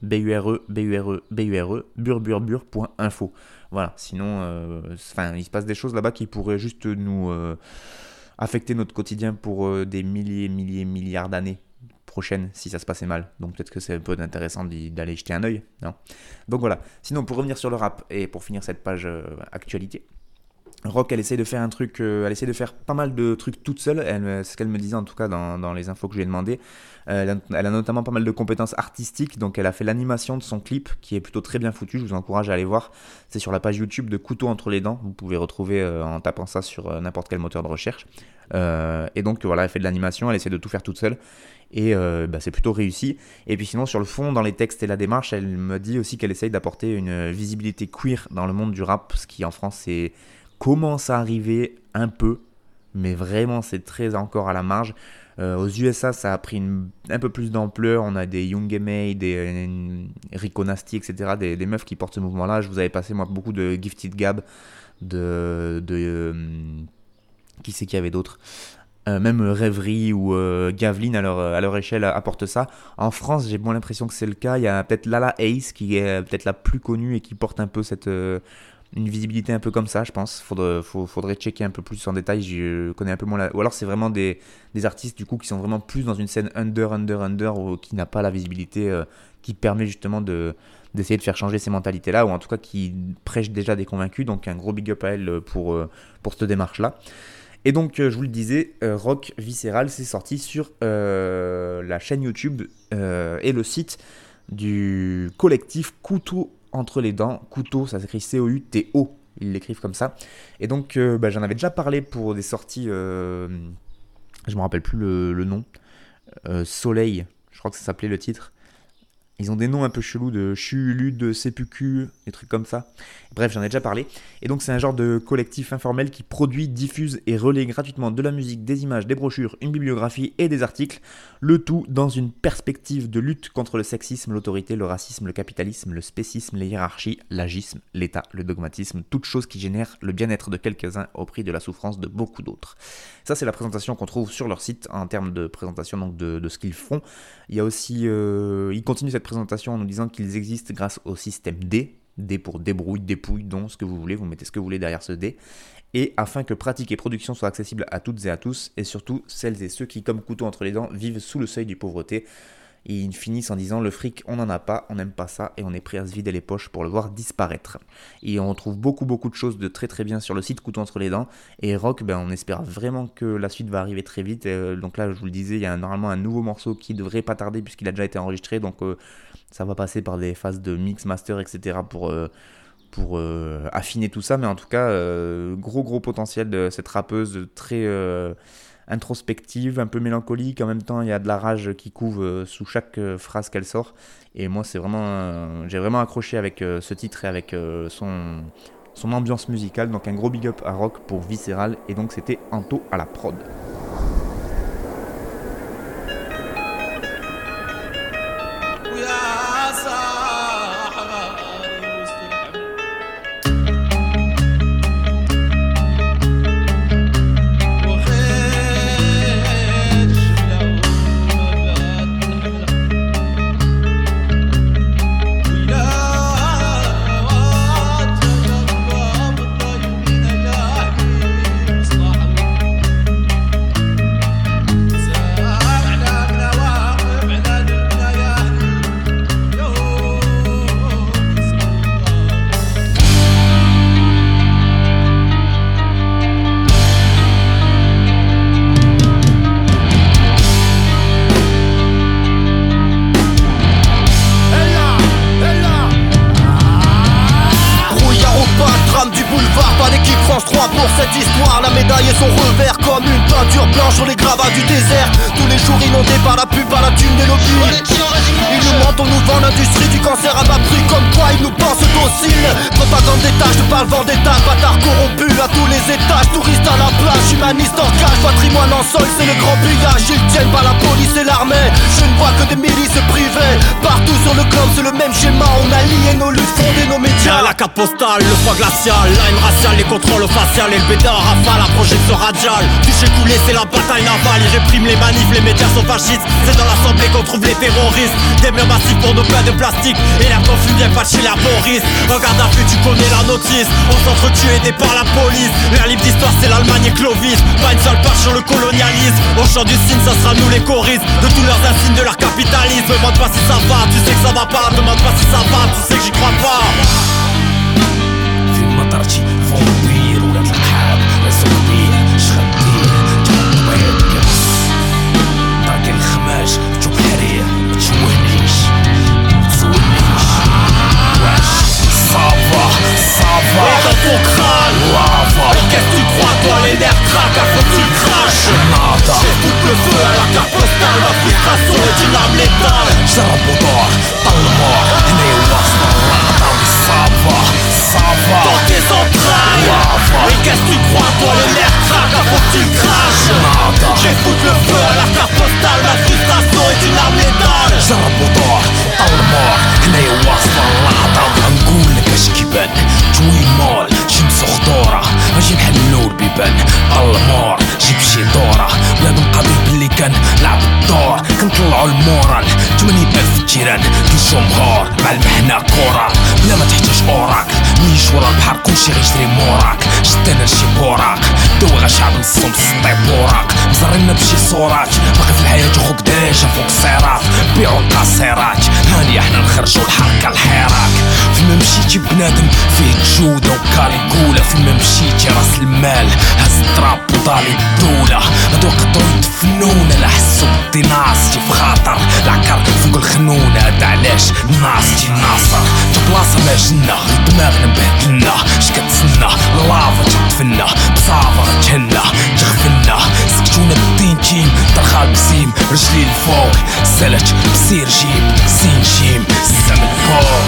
burebure.info. Voilà, sinon, il se passe des choses là-bas qui pourraient juste nous affecter notre quotidien pour des milliards d'années prochaines si ça se passait mal. Donc peut-être que c'est un peu intéressant d'aller jeter un œil, non ? Donc voilà, sinon pour revenir sur le rap et pour finir cette page actualité, Rock, elle essaie de faire un truc, elle essaie de faire pas mal de trucs toute seule, c'est ce qu'elle me disait en tout cas dans les infos que je lui ai demandé. Elle a notamment pas mal de compétences artistiques, donc elle a fait l'animation de son clip qui est plutôt très bien foutu, je vous encourage à aller voir, c'est sur la page YouTube de Couteau entre les dents, vous pouvez retrouver en tapant ça sur n'importe quel moteur de recherche. Et donc voilà, elle fait de l'animation, elle essaie de tout faire toute seule, et c'est plutôt réussi. Et puis sinon sur le fond, dans les textes et la démarche, elle me dit aussi qu'elle essaye d'apporter une visibilité queer dans le monde du rap, ce qui en France commence à arriver un peu, mais vraiment c'est très encore à la marge. Aux USA ça a pris un peu plus d'ampleur, on a des Young M.A, des Rico Nasty, etc., des meufs qui portent ce mouvement là. Je vous avais passé moi beaucoup de Gifted Gab, qui c'est qu'il y avait d'autres, même Rêverie ou Gaveline à leur échelle apporte ça. En France j'ai moins l'impression que c'est le cas. Il y a peut-être Lala Ace qui est peut-être la plus connue et qui porte un peu cette une visibilité un peu comme ça, je pense. Faudrait checker un peu plus en détail, je connais un peu moins ou alors c'est vraiment des artistes du coup qui sont vraiment plus dans une scène under ou qui n'a pas la visibilité qui permet justement d'essayer de faire changer ces mentalités là, ou en tout cas qui prêchent déjà des convaincus. Donc un gros big up à elle pour cette démarche là. Et donc je vous le disais, Rock Viscéral c'est sorti sur la chaîne YouTube et le site du collectif Couteau entre les dents. Couteau, ça s'écrit C-O-U-T-O, ils l'écrivent comme ça. Et donc j'en avais déjà parlé pour des sorties, je me rappelle plus le nom, Soleil, je crois que ça s'appelait le titre. Ils ont des noms un peu chelous de Chulu, de Sépucu, des trucs comme ça. Bref, j'en ai déjà parlé. Et donc c'est un genre de collectif informel qui produit, diffuse et relaie gratuitement de la musique, des images, des brochures, une bibliographie et des articles. Le tout dans une perspective de lutte contre le sexisme, l'autorité, le racisme, le capitalisme, le spécisme, les hiérarchies, l'agisme, l'état, le dogmatisme, toutes choses qui génèrent le bien-être de quelques-uns au prix de la souffrance de beaucoup d'autres. Ça c'est la présentation qu'on trouve sur leur site en termes de présentation donc de ce qu'ils font. Il y a aussi, ils continuent cette présentation en nous disant qu'ils existent grâce au système D. D pour débrouille, dépouille, don, ce que vous voulez, vous mettez ce que vous voulez derrière ce D. Et afin que pratique et production soient accessibles à toutes et à tous, et surtout celles et ceux qui, comme couteau entre les dents, vivent sous le seuil de pauvreté. Et ils finissent en disant: le fric, on n'en a pas, on n'aime pas ça, et on est prêt à se vider les poches pour le voir disparaître. Et on trouve beaucoup de choses de très très bien sur le site Couteau entre les dents. Et Rock, on espère vraiment que la suite va arriver très vite. Donc là, je vous le disais, il y a normalement un nouveau morceau qui devrait pas tarder puisqu'il a déjà été enregistré. Donc ça va passer par des phases de mix, master, etc. pour affiner tout ça. Mais en tout cas, gros potentiel de cette rappeuse très introspective, un peu mélancolique. En même temps, il y a de la rage qui couve sous chaque phrase qu'elle sort. Et moi, j'ai vraiment accroché avec ce titre et avec son ambiance musicale. Donc un gros big up à Rock pour Viscéral. Et donc c'était Anto à la prod. Pour cette histoire, la médaille et son revers comme une peinture blanche sur les gravats du désert. Tous les jours inondés par la pub, par la thune des lobbies. Ils nous mentent, on nous vend l'industrie du cancer à bas prix. Comme quoi ils nous pensent dociles. Propagande d'État, je te parle vendetta. Bâtard corrompu à tous les étages. Touristes à la plage, humaniste en cage. Patrimoine en sol, c'est le grand pillage. Ils tiennent pas la police et l'armée. Je ne vois que des milices privées. Partout sur le globe, c'est le même schéma. On a lié nos luttes, fondé nos médias. La carte postale, le froid glacial, la haine raciale, les contrôles faciales et le bédard en rafale, la projection radiale. Touché coulé, c'est la bataille navale. Ils répriment les manifs, les médias sont fascistes. C'est dans l'assemblée qu'on trouve les terroristes. Des murs massifs pour nos pains de plastique. Et l'air confus vient pas de chez l'herboriste. Regarde à vue, tu connais la notice. On s'entretue aidé par la police. Leur livre d'histoire, c'est l'Allemagne et Clovis. Pas une seule page sur le colonialisme. Au chant du signe, ça sera nous les choristes. De tous leurs insignes, de leur capitalisme. Demande pas si ça va, tu sais que ça va pas. Demande pas si ça va, tu sais que j'y crois pas. في المطر تي فومبير ولا جرب ودور طلمور هنا وسط اللقطة والصافا صافا Dans tes entrailles Et qu'est-ce que tu crois toi le nerf craque avant que tu le craches Je vais foutre le feu à la carte postale Ma frustration est une arme létale جرب ودور طلمور هنا وسط اللقطة غنقول لك اش كيبان جوي مول شمس خضورة اجي نحلو البيبان طلمور جيب شي دورة بلا نقابل باللي كان لعب الدور كنطلعو المورال 80,000 تيران الجمهور مع المحنة كورة بلا ما تحتاج اوراك نيش ورا البحر كلشي غيجري موراك شدنا لشي بوراق دوغا شعب نصهم سطي بوراق مزرنا بشي صورات باقي في الحياة خوك ديجا فوق الصراط بيعو القاصرات هانيا حنا نخرجو الحركة الحراك فيما مشيتي بنادم فيه جودة وكاليكولا فيما مشيتي راس المال هز الطراب وضالي الدولة هادو قدرو يدفنونا لا حسو بدي ناصتي في خاطر العكر فوق الخنونة هاد علاش ناصتي ناصر تبلاصة ما جنة دماغنا مبهدلنا شكتسنا لافا تدفنا بصافا غتهنا تغفلنا سكتونا بالدين تيم طرخال بسيم رجلي الفوق سلت بسير جيب سين جيم الزمن فوق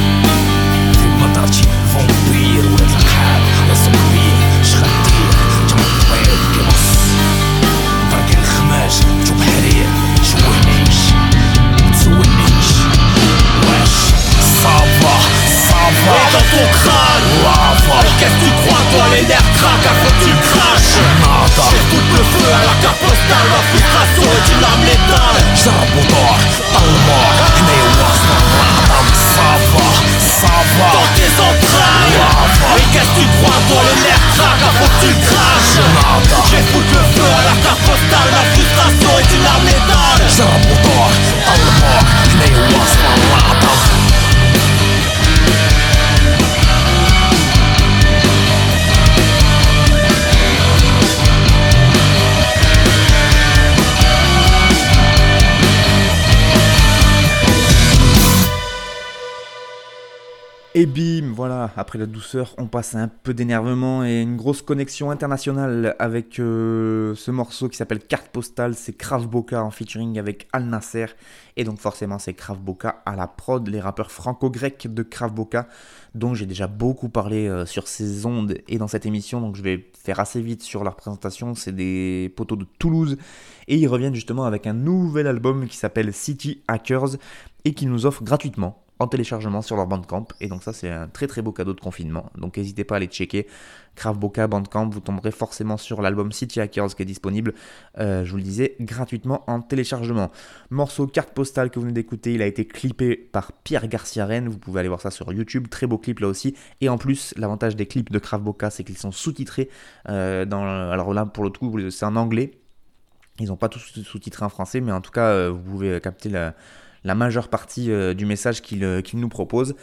في مطرتي فومبير ولا الحال راسو كبير شغدير جمع طويل كبص فرقي الخماج جو بحرير جوينيش متسولنيش واش صافا صافا Et dans ton crâne lava Qu'est-ce que tu crois toi les nerfs craquent avant que tu le craches nada Je vais foutre le feu à la carte postale Ma frustration est une arme létale جرب ودور طلمور هنا وسط اللقطة والصافا صافا Dans tes entrailles Et qu'est-ce que tu crois toi le nerf craque avant que tu le craches nada Je vais foutre le feu à la carte postale Ma frustration est une arme létale جرب ودور طلمور هنا وسط اللقطة Et bim, voilà, après la douceur, on passe à un peu d'énervement et une grosse connexion internationale avec ce morceau qui s'appelle Carte Postale, c'est Krav Boka en featuring avec Al Nasser, et donc forcément c'est Krav Boka à la prod, les rappeurs franco-grecs de Krav Boka, dont j'ai déjà beaucoup parlé sur ces ondes et dans cette émission, donc je vais faire assez vite sur leur présentation, c'est des poteaux de Toulouse, et ils reviennent justement avec un nouvel album qui s'appelle City Hackers, et qui nous offre gratuitement en téléchargement sur leur Bandcamp, et donc ça c'est un très très beau cadeau de confinement, donc n'hésitez pas à aller checker Krav Boka Bandcamp, vous tomberez forcément sur l'album City Hackers qui est disponible, je vous le disais, gratuitement en téléchargement. Morceau Carte Postale que vous venez d'écouter, il a été clippé par Pierre Garcia Rennes, vous pouvez aller voir ça sur YouTube, très beau clip là aussi, et en plus l'avantage des clips de Krav Boka c'est qu'ils sont sous-titrés, alors là pour le coup c'est en anglais, ils n'ont pas tous sous-titré en français, mais en tout cas vous pouvez capter la majeure partie du message qu'il nous propose.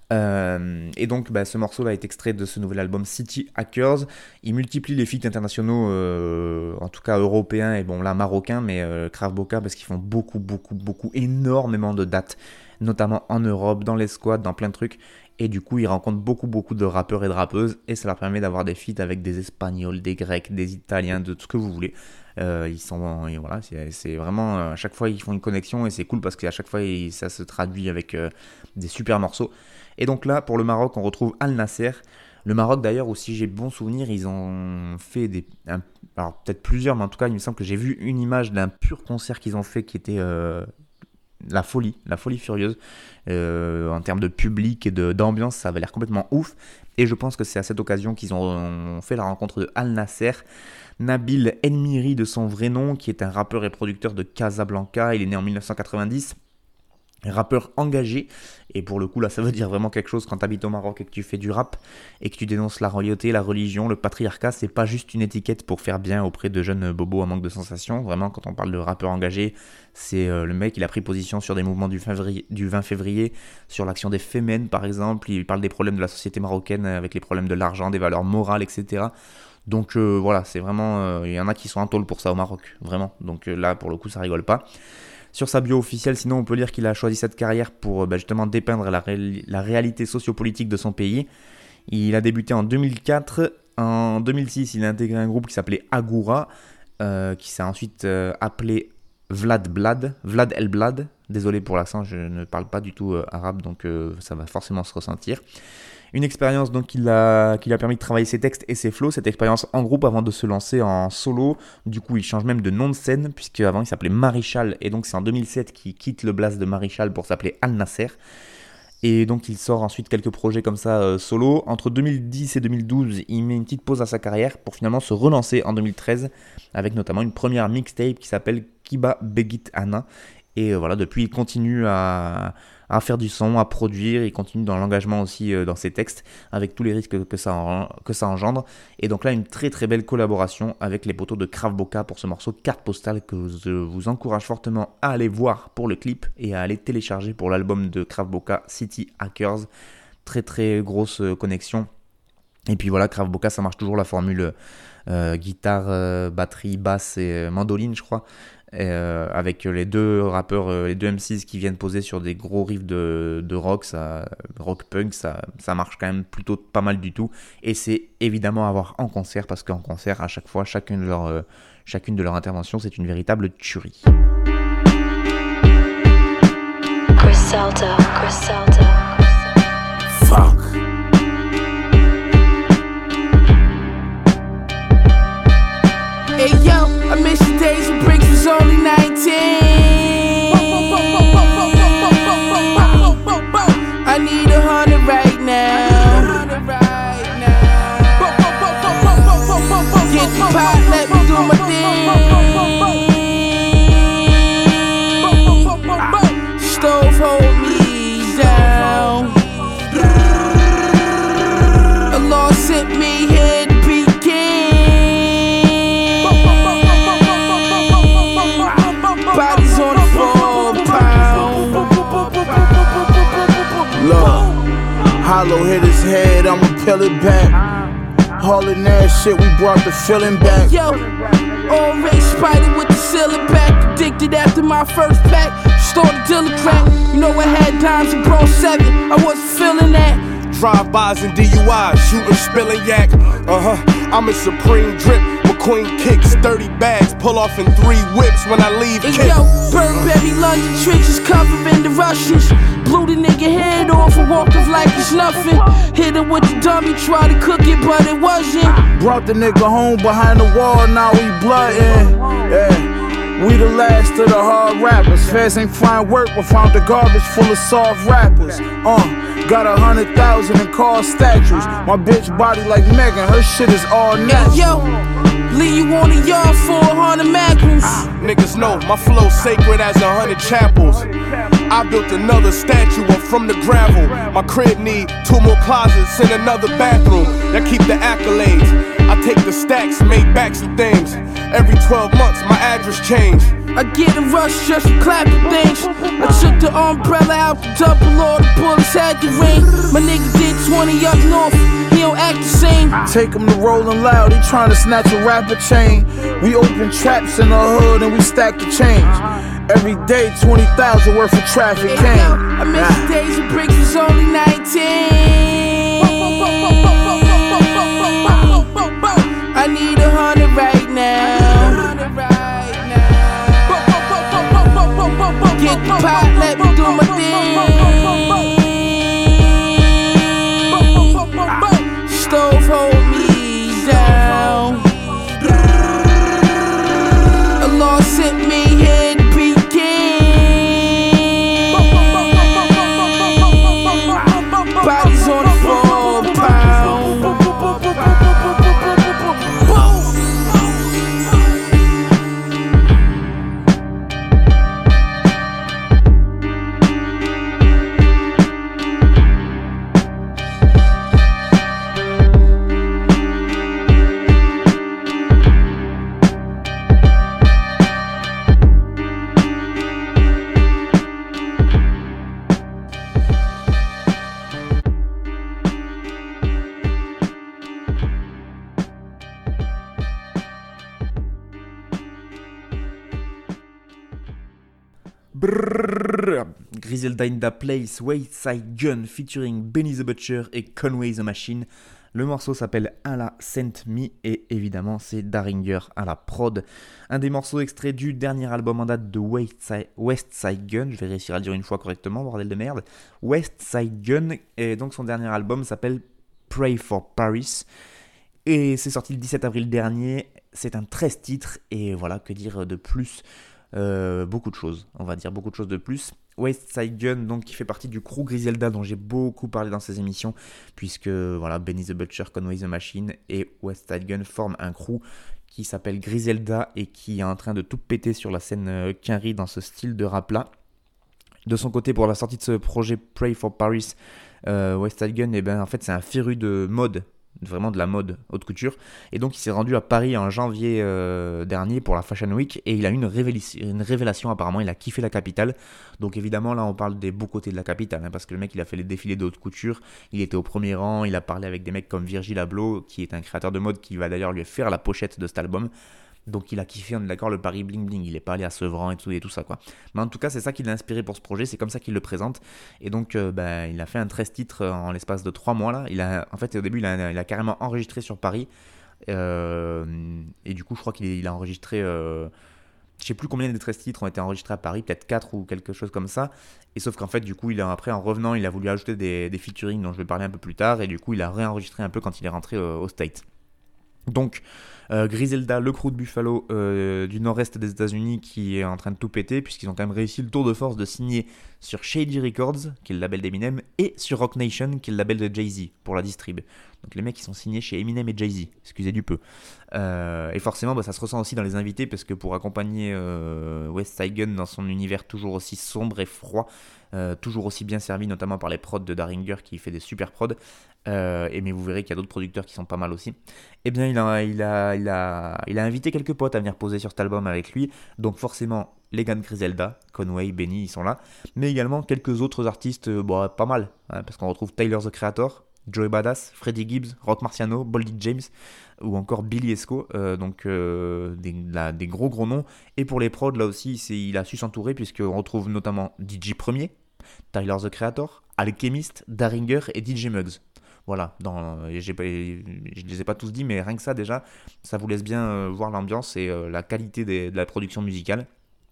Et donc ce morceau-là est extrait de ce nouvel album City Hackers. Il multiplie les feats internationaux, en tout cas européens, et bon là marocains, mais Krav Boka parce qu'ils font beaucoup, énormément de dates, notamment en Europe, dans les squads, dans plein de trucs. Et du coup, ils rencontrent beaucoup de rappeurs et de rappeuses, et ça leur permet d'avoir des feats avec des Espagnols, des Grecs, des Italiens, de tout ce que vous voulez. Voilà, c'est vraiment à chaque fois ils font une connexion, et c'est cool parce qu'à chaque fois ça se traduit avec des super morceaux. Et donc là, pour le Maroc, on retrouve Al Nasser. Le Maroc d'ailleurs, aussi j'ai bon souvenir, ils ont fait alors peut-être plusieurs, mais en tout cas il me semble que j'ai vu une image d'un pur concert qu'ils ont fait qui était la folie furieuse, en termes de public et d'ambiance, ça avait l'air complètement ouf, et je pense que c'est à cette occasion qu'ils ont fait la rencontre de Al Nasser, Nabil Elmiri de son vrai nom, qui est un rappeur et producteur de Casablanca, il est né en 1990, rappeur engagé, et pour le coup là ça veut dire vraiment quelque chose quand tu habites au Maroc et que tu fais du rap et que tu dénonces la royauté, la religion, le patriarcat, c'est pas juste une étiquette pour faire bien auprès de jeunes bobos en manque de sensations, vraiment quand on parle de rappeur engagé, c'est le mec, il a pris position sur des mouvements du 20 février, sur l'action des Femen par exemple, il parle des problèmes de la société marocaine avec les problèmes de l'argent, des valeurs morales, etc. Donc voilà, c'est vraiment, il y en a qui sont en tôle pour ça au Maroc, vraiment, donc là pour le coup ça rigole pas. Sur sa bio officielle, sinon on peut lire qu'il a choisi cette carrière pour justement dépeindre la réalité sociopolitique de son pays. Il a débuté en 2004, en 2006 il a intégré un groupe qui s'appelait Agoura, qui s'est ensuite appelé Vlad El Blad, désolé pour l'accent, je ne parle pas du tout arabe, donc ça va forcément se ressentir. Une expérience donc qui lui a permis de travailler ses textes et ses flows, cette expérience en groupe avant de se lancer en solo. Du coup, il change même de nom de scène, puisque avant il s'appelait Marichal, et donc c'est en 2007 qu'il quitte le blast de Marichal pour s'appeler Al Nasser. Et donc il sort ensuite quelques projets comme ça solo. Entre 2010 et 2012, il met une petite pause à sa carrière pour finalement se relancer en 2013, avec notamment une première mixtape qui s'appelle Kiba Begit Ana. Et voilà, depuis il continue à faire du son, à produire, il continue dans l'engagement aussi dans ses textes, avec tous les risques que ça engendre. Et donc là, une très très belle collaboration avec les potos de Krav Boka pour ce morceau Carte Postale que je vous encourage fortement à aller voir pour le clip et à aller télécharger pour l'album de Krav Boka, City Hackers. Très très grosse connexion. Et puis voilà, Krav Boka, ça marche toujours la formule guitare, batterie, basse et mandoline, je crois. Avec les deux rappeurs, les deux MCs qui viennent poser sur des gros riffs de rock, rock punk, ça marche quand même plutôt pas mal du tout. Et c'est évidemment à voir en concert, parce qu'en concert, à chaque fois, chacune de leurs interventions, c'est une véritable tuerie. Griselda. Fuck. Hey yo, I miss the days when Briggs was only 19. I need 100 right now. Get the pot, let me do my thing. Stove hold me down. A law sent me here to be king. Bodies on the 4 pound. Look, hollow hit his head, I'ma peel it back. Hauling that shit, we brought the feeling back. Yo, already spider with the ceiling back. Addicted after my first pack. Started dealing crack. You know I had dimes and bro 7. I wasn't feeling that. Drive-bys and DUIs, shooting, spilling yak. I'm a supreme drip. McQueen kicks, 30 bags, pull off in 3 whips when I leave. Hey yo, Burberry London trenches covering the Russians. Blew the nigga head off and walked off like it's nothing. Hit him with the dummy, tried to cook it, but it wasn't. Brought the nigga home behind the wall, now he bloodin'. Yeah. We the last of the hard rappers. Feds ain't find work, but found the garbage full of soft rappers. Got 100,000 in car statues. My bitch body like Megan, her shit is all natural. Yo, leave you on the yard for 100 magnums. Niggas know my flow sacred as 100 chapels. I built another statue up from the gravel. My crib need 2 more closets and another bathroom. That keep the accolades. I take the stacks, make backs of things. Every 12 months, my address changed. I get a rush just for clapping things. I took the umbrella out the double, all the bullets had the ring. My nigga did 20 up north, he don't act the same. Take him to Rollin' Loud, he tryna snatch a rapper chain. We open traps in the hood and we stack the change. Every day 20,000 worth of traffic came. I miss the days when Briggs was only 19. I need 100 right now. Get the pot, let me do my thing. Stove hold me down. A law sent me here to be king. Bodies on the 4 pound. Griselda in the Place, Wayside Gun featuring Benny the Butcher et Conway the Machine. Le morceau s'appelle Allah Sent Me et évidemment c'est Daringer à la prod. Un des morceaux extraits du dernier album en date de West Side Gun, je vais réussir à le dire une fois correctement, bordel de merde. West Side Gun, et donc son dernier album s'appelle Pray for Paris. Et c'est sorti le 17 avril dernier, c'est un 13 titres, et voilà, que dire de plus, beaucoup de choses, on va dire beaucoup de choses de plus. West Side Gun, donc qui fait partie du crew Griselda dont j'ai beaucoup parlé dans ces émissions, puisque voilà, Benny the Butcher, Conway the Machine et West Side Gun forment un crew qui s'appelle Griselda et qui est en train de tout péter sur la scène Quinry dans ce style de rap là. De son côté, pour la sortie de ce projet Pray for Paris, West Side Gun, en fait c'est un féru de mode, vraiment de la mode haute couture, et donc il s'est rendu à Paris en janvier dernier pour la Fashion Week, et il a eu une révélation apparemment, il a kiffé la capitale. Donc évidemment là on parle des beaux côtés de la capitale, parce que le mec il a fait les défilés de haute couture, il était au premier rang, il a parlé avec des mecs comme Virgil Abloh qui est un créateur de mode qui va d'ailleurs lui faire la pochette de cet album. Donc il a kiffé, on est d'accord, le Paris bling bling, il est pas allé à Sevran et tout ça quoi. Mais en tout cas c'est ça qui l'a inspiré pour ce projet, c'est comme ça qu'il le présente. Et donc il a fait un 13 titres en l'espace de 3 mois là. En fait au début il a carrément enregistré sur Paris. Et du coup je crois qu'il a enregistré, je sais plus combien des 13 titres ont été enregistrés à Paris, peut-être 4 ou quelque chose comme ça. Et sauf qu'en fait du coup après en revenant il a voulu ajouter des featuring dont je vais parler un peu plus tard. Et du coup il a réenregistré un peu quand il est rentré au States. Donc Griselda, le crew de Buffalo du nord-est des États-Unis qui est en train de tout péter, puisqu'ils ont quand même réussi le tour de force de signer sur Shady Records, qui est le label d'Eminem, et sur Roc Nation, qui est le label de Jay-Z pour la distrib. Donc les mecs ils sont signés chez Eminem et Jay-Z, excusez du peu. Et forcément ça se ressent aussi dans les invités, parce que pour accompagner West Side Gun dans son univers toujours aussi sombre et froid, toujours aussi bien servi notamment par les prods de Daringer qui fait des super prods, mais vous verrez qu'il y a d'autres producteurs qui sont pas mal aussi. Et bien il a invité quelques potes à venir poser sur cet album avec lui, donc forcément les gars de Griselda, Conway, Benny, ils sont là, mais également quelques autres artistes, pas mal, parce qu'on retrouve Tyler the Creator, Joey Badass, Freddie Gibbs, Rock Marciano, Boldy James ou encore Billy Esco, donc des gros noms. Et pour les prods là aussi il a su s'entourer, puisqu'on retrouve notamment DJ Premier, Tyler the Creator, Alchemist, Daringer et DJ Muggs. Voilà, je ne les ai pas tous dit, mais rien que ça déjà, ça vous laisse bien voir l'ambiance et la qualité de la production musicale.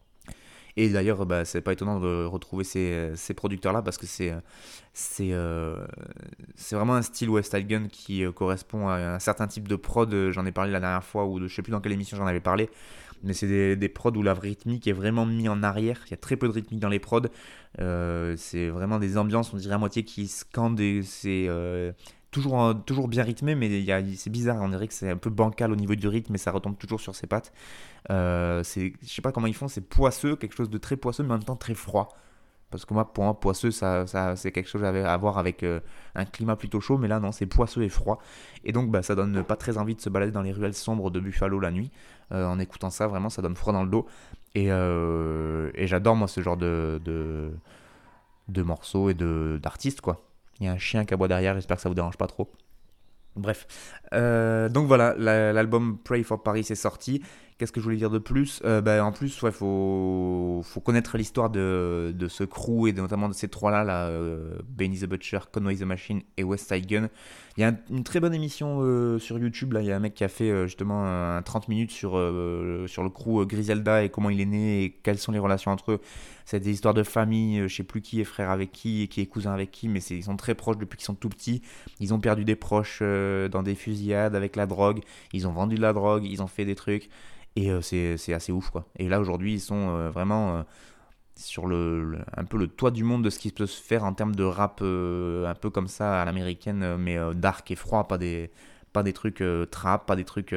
Et d'ailleurs, c'est pas étonnant de retrouver ces producteurs-là, parce que c'est vraiment un style West Side Gun qui correspond à un certain type de prod. J'en ai parlé la dernière fois, ou je sais plus dans quelle émission j'en avais parlé, mais c'est des prods où la rythmique est vraiment mise en arrière. Il y a très peu de rythmique dans les prods. C'est vraiment des ambiances, on dirait à moitié qui scandent. C'est toujours bien rythmé, mais c'est bizarre, on dirait que c'est un peu bancal au niveau du rythme, mais ça retombe toujours sur ses pattes. Je sais pas comment ils font, c'est poisseux, quelque chose de très poisseux, mais en même temps très froid. Parce que pour moi, poisseux, ça c'est quelque chose à voir avec un climat plutôt chaud, mais là non, c'est poisseux et froid. Et donc ça donne pas très envie de se balader dans les ruelles sombres de Buffalo la nuit. En écoutant ça, vraiment, ça donne froid dans le dos. Et j'adore moi ce genre de morceaux et d'artistes quoi. Il y a un chien qui aboie derrière, j'espère que ça vous dérange pas trop. Bref, donc voilà, l'album Pray for Paris est sorti. Qu'est-ce que je voulais dire de plus ? En plus, faut connaître l'histoire de ce crew et notamment de ces trois-là, Benny the Butcher, Conway the Machine et West Side Gun. Il y a une très bonne émission sur YouTube. Là, il y a un mec qui a fait justement un 30 minutes sur le crew Griselda et comment il est né et quelles sont les relations entre eux. C'est des histoires de famille, je sais plus qui est frère avec qui et qui est cousin avec qui, mais ils sont très proches depuis qu'ils sont tout petits. Ils ont perdu des proches dans des fusillades avec la drogue. Ils ont vendu de la drogue, ils ont fait des trucs. Et c'est assez ouf quoi. Et là aujourd'hui ils sont vraiment sur un peu le toit du monde de ce qui peut se faire en termes de rap un peu comme ça à l'américaine, mais dark et froid, pas des trucs trap, pas des trucs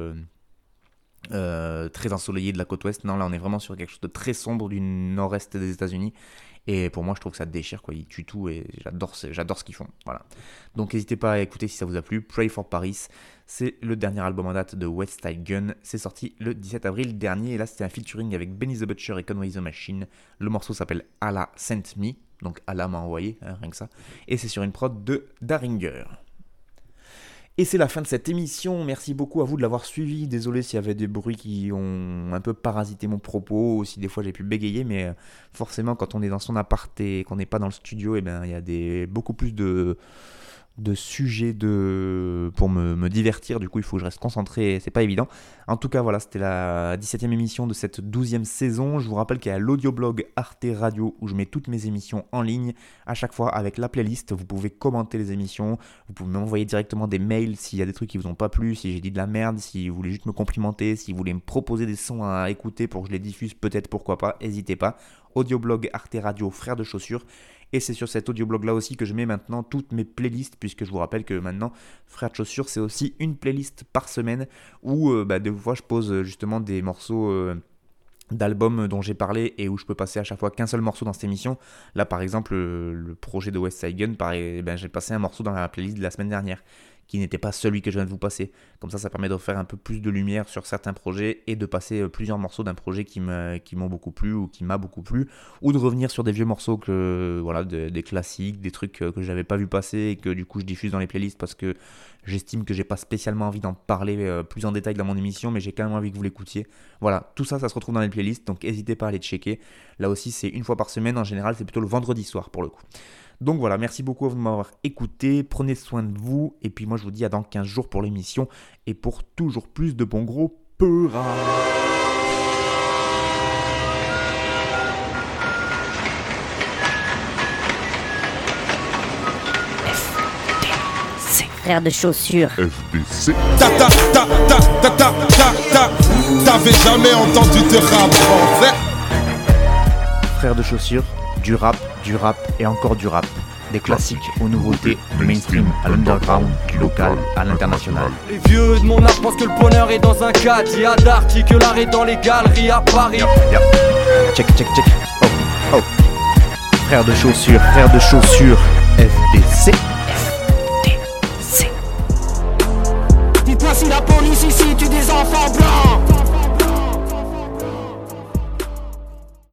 très ensoleillés de la côte ouest. Non, là on est vraiment sur quelque chose de très sombre du nord-est des États-Unis. Et pour moi, je trouve que ça déchire, quoi. Ils tuent tout et j'adore ce qu'ils font. Voilà. Donc, n'hésitez pas à écouter si ça vous a plu. Pray for Paris, c'est le dernier album en date de West Side Gun. C'est sorti le 17 avril dernier. Et là, c'était un featuring avec Benny the Butcher et Conway the Machine. Le morceau s'appelle Allah Sent Me. Donc, Allah m'a envoyé, rien que ça. Et c'est sur une prod de Daringer. Et c'est la fin de cette émission, merci beaucoup à vous de l'avoir suivi, désolé s'il y avait des bruits qui ont un peu parasité mon propos, ou si des fois j'ai pu bégayer, mais forcément quand on est dans son appart et qu'on n'est pas dans le studio, il y a beaucoup plus de sujets pour me divertir. Du coup, il faut que je reste concentré, c'est pas évident. En tout cas, voilà, c'était la 17e émission de cette 12e saison. Je vous rappelle qu'il y a l'audioblog Arte Radio où je mets toutes mes émissions en ligne à chaque fois avec la playlist. Vous pouvez commenter les émissions, vous pouvez m'envoyer directement des mails s'il y a des trucs qui vous ont pas plu, si j'ai dit de la merde, si vous voulez juste me complimenter, si vous voulez me proposer des sons à écouter pour que je les diffuse, peut-être, pourquoi pas, n'hésitez pas. Audioblog Arte Radio Frères de Chaussures. Et c'est sur cet audioblog là aussi que je mets maintenant toutes mes playlists, puisque je vous rappelle que maintenant Frères de Chaussures c'est aussi une playlist par semaine où des fois je pose justement des morceaux d'albums dont j'ai parlé et où je peux passer à chaque fois qu'un seul morceau dans cette émission. Là par exemple le projet de West Side Gun, j'ai passé un morceau dans la playlist de la semaine dernière qui n'était pas celui que je viens de vous passer. Comme ça permet de faire un peu plus de lumière sur certains projets et de passer plusieurs morceaux d'un projet qui m'ont beaucoup plu ou qui m'a beaucoup plu, ou de revenir sur des vieux morceaux des classiques, des trucs que j'avais pas vu passer et que du coup je diffuse dans les playlists parce que j'estime que j'ai pas spécialement envie d'en parler plus en détail dans mon émission, mais j'ai quand même envie que vous l'écoutiez. Voilà, tout ça se retrouve dans les playlists, donc n'hésitez pas à aller checker. Là aussi c'est une fois par semaine, en général c'est plutôt le vendredi soir pour le coup. Donc voilà, merci beaucoup à vous de m'avoir écouté, prenez soin de vous, et puis moi je vous dis à dans 15 jours pour l'émission, et pour toujours plus de bons gros peuras. FDC. Frères de chaussures. FDC. T'avais jamais entendu de rap français? Frères de chaussures, du rap et encore du rap. Des classiques aux nouveautés, du mainstream à l'underground, du local à l'international. Les vieux de mon âge pensent que le bonheur est dans un cadre. Il y a d'Arty que l'art est dans les galeries à Paris. Check. Oh. Frères de chaussures, FDC.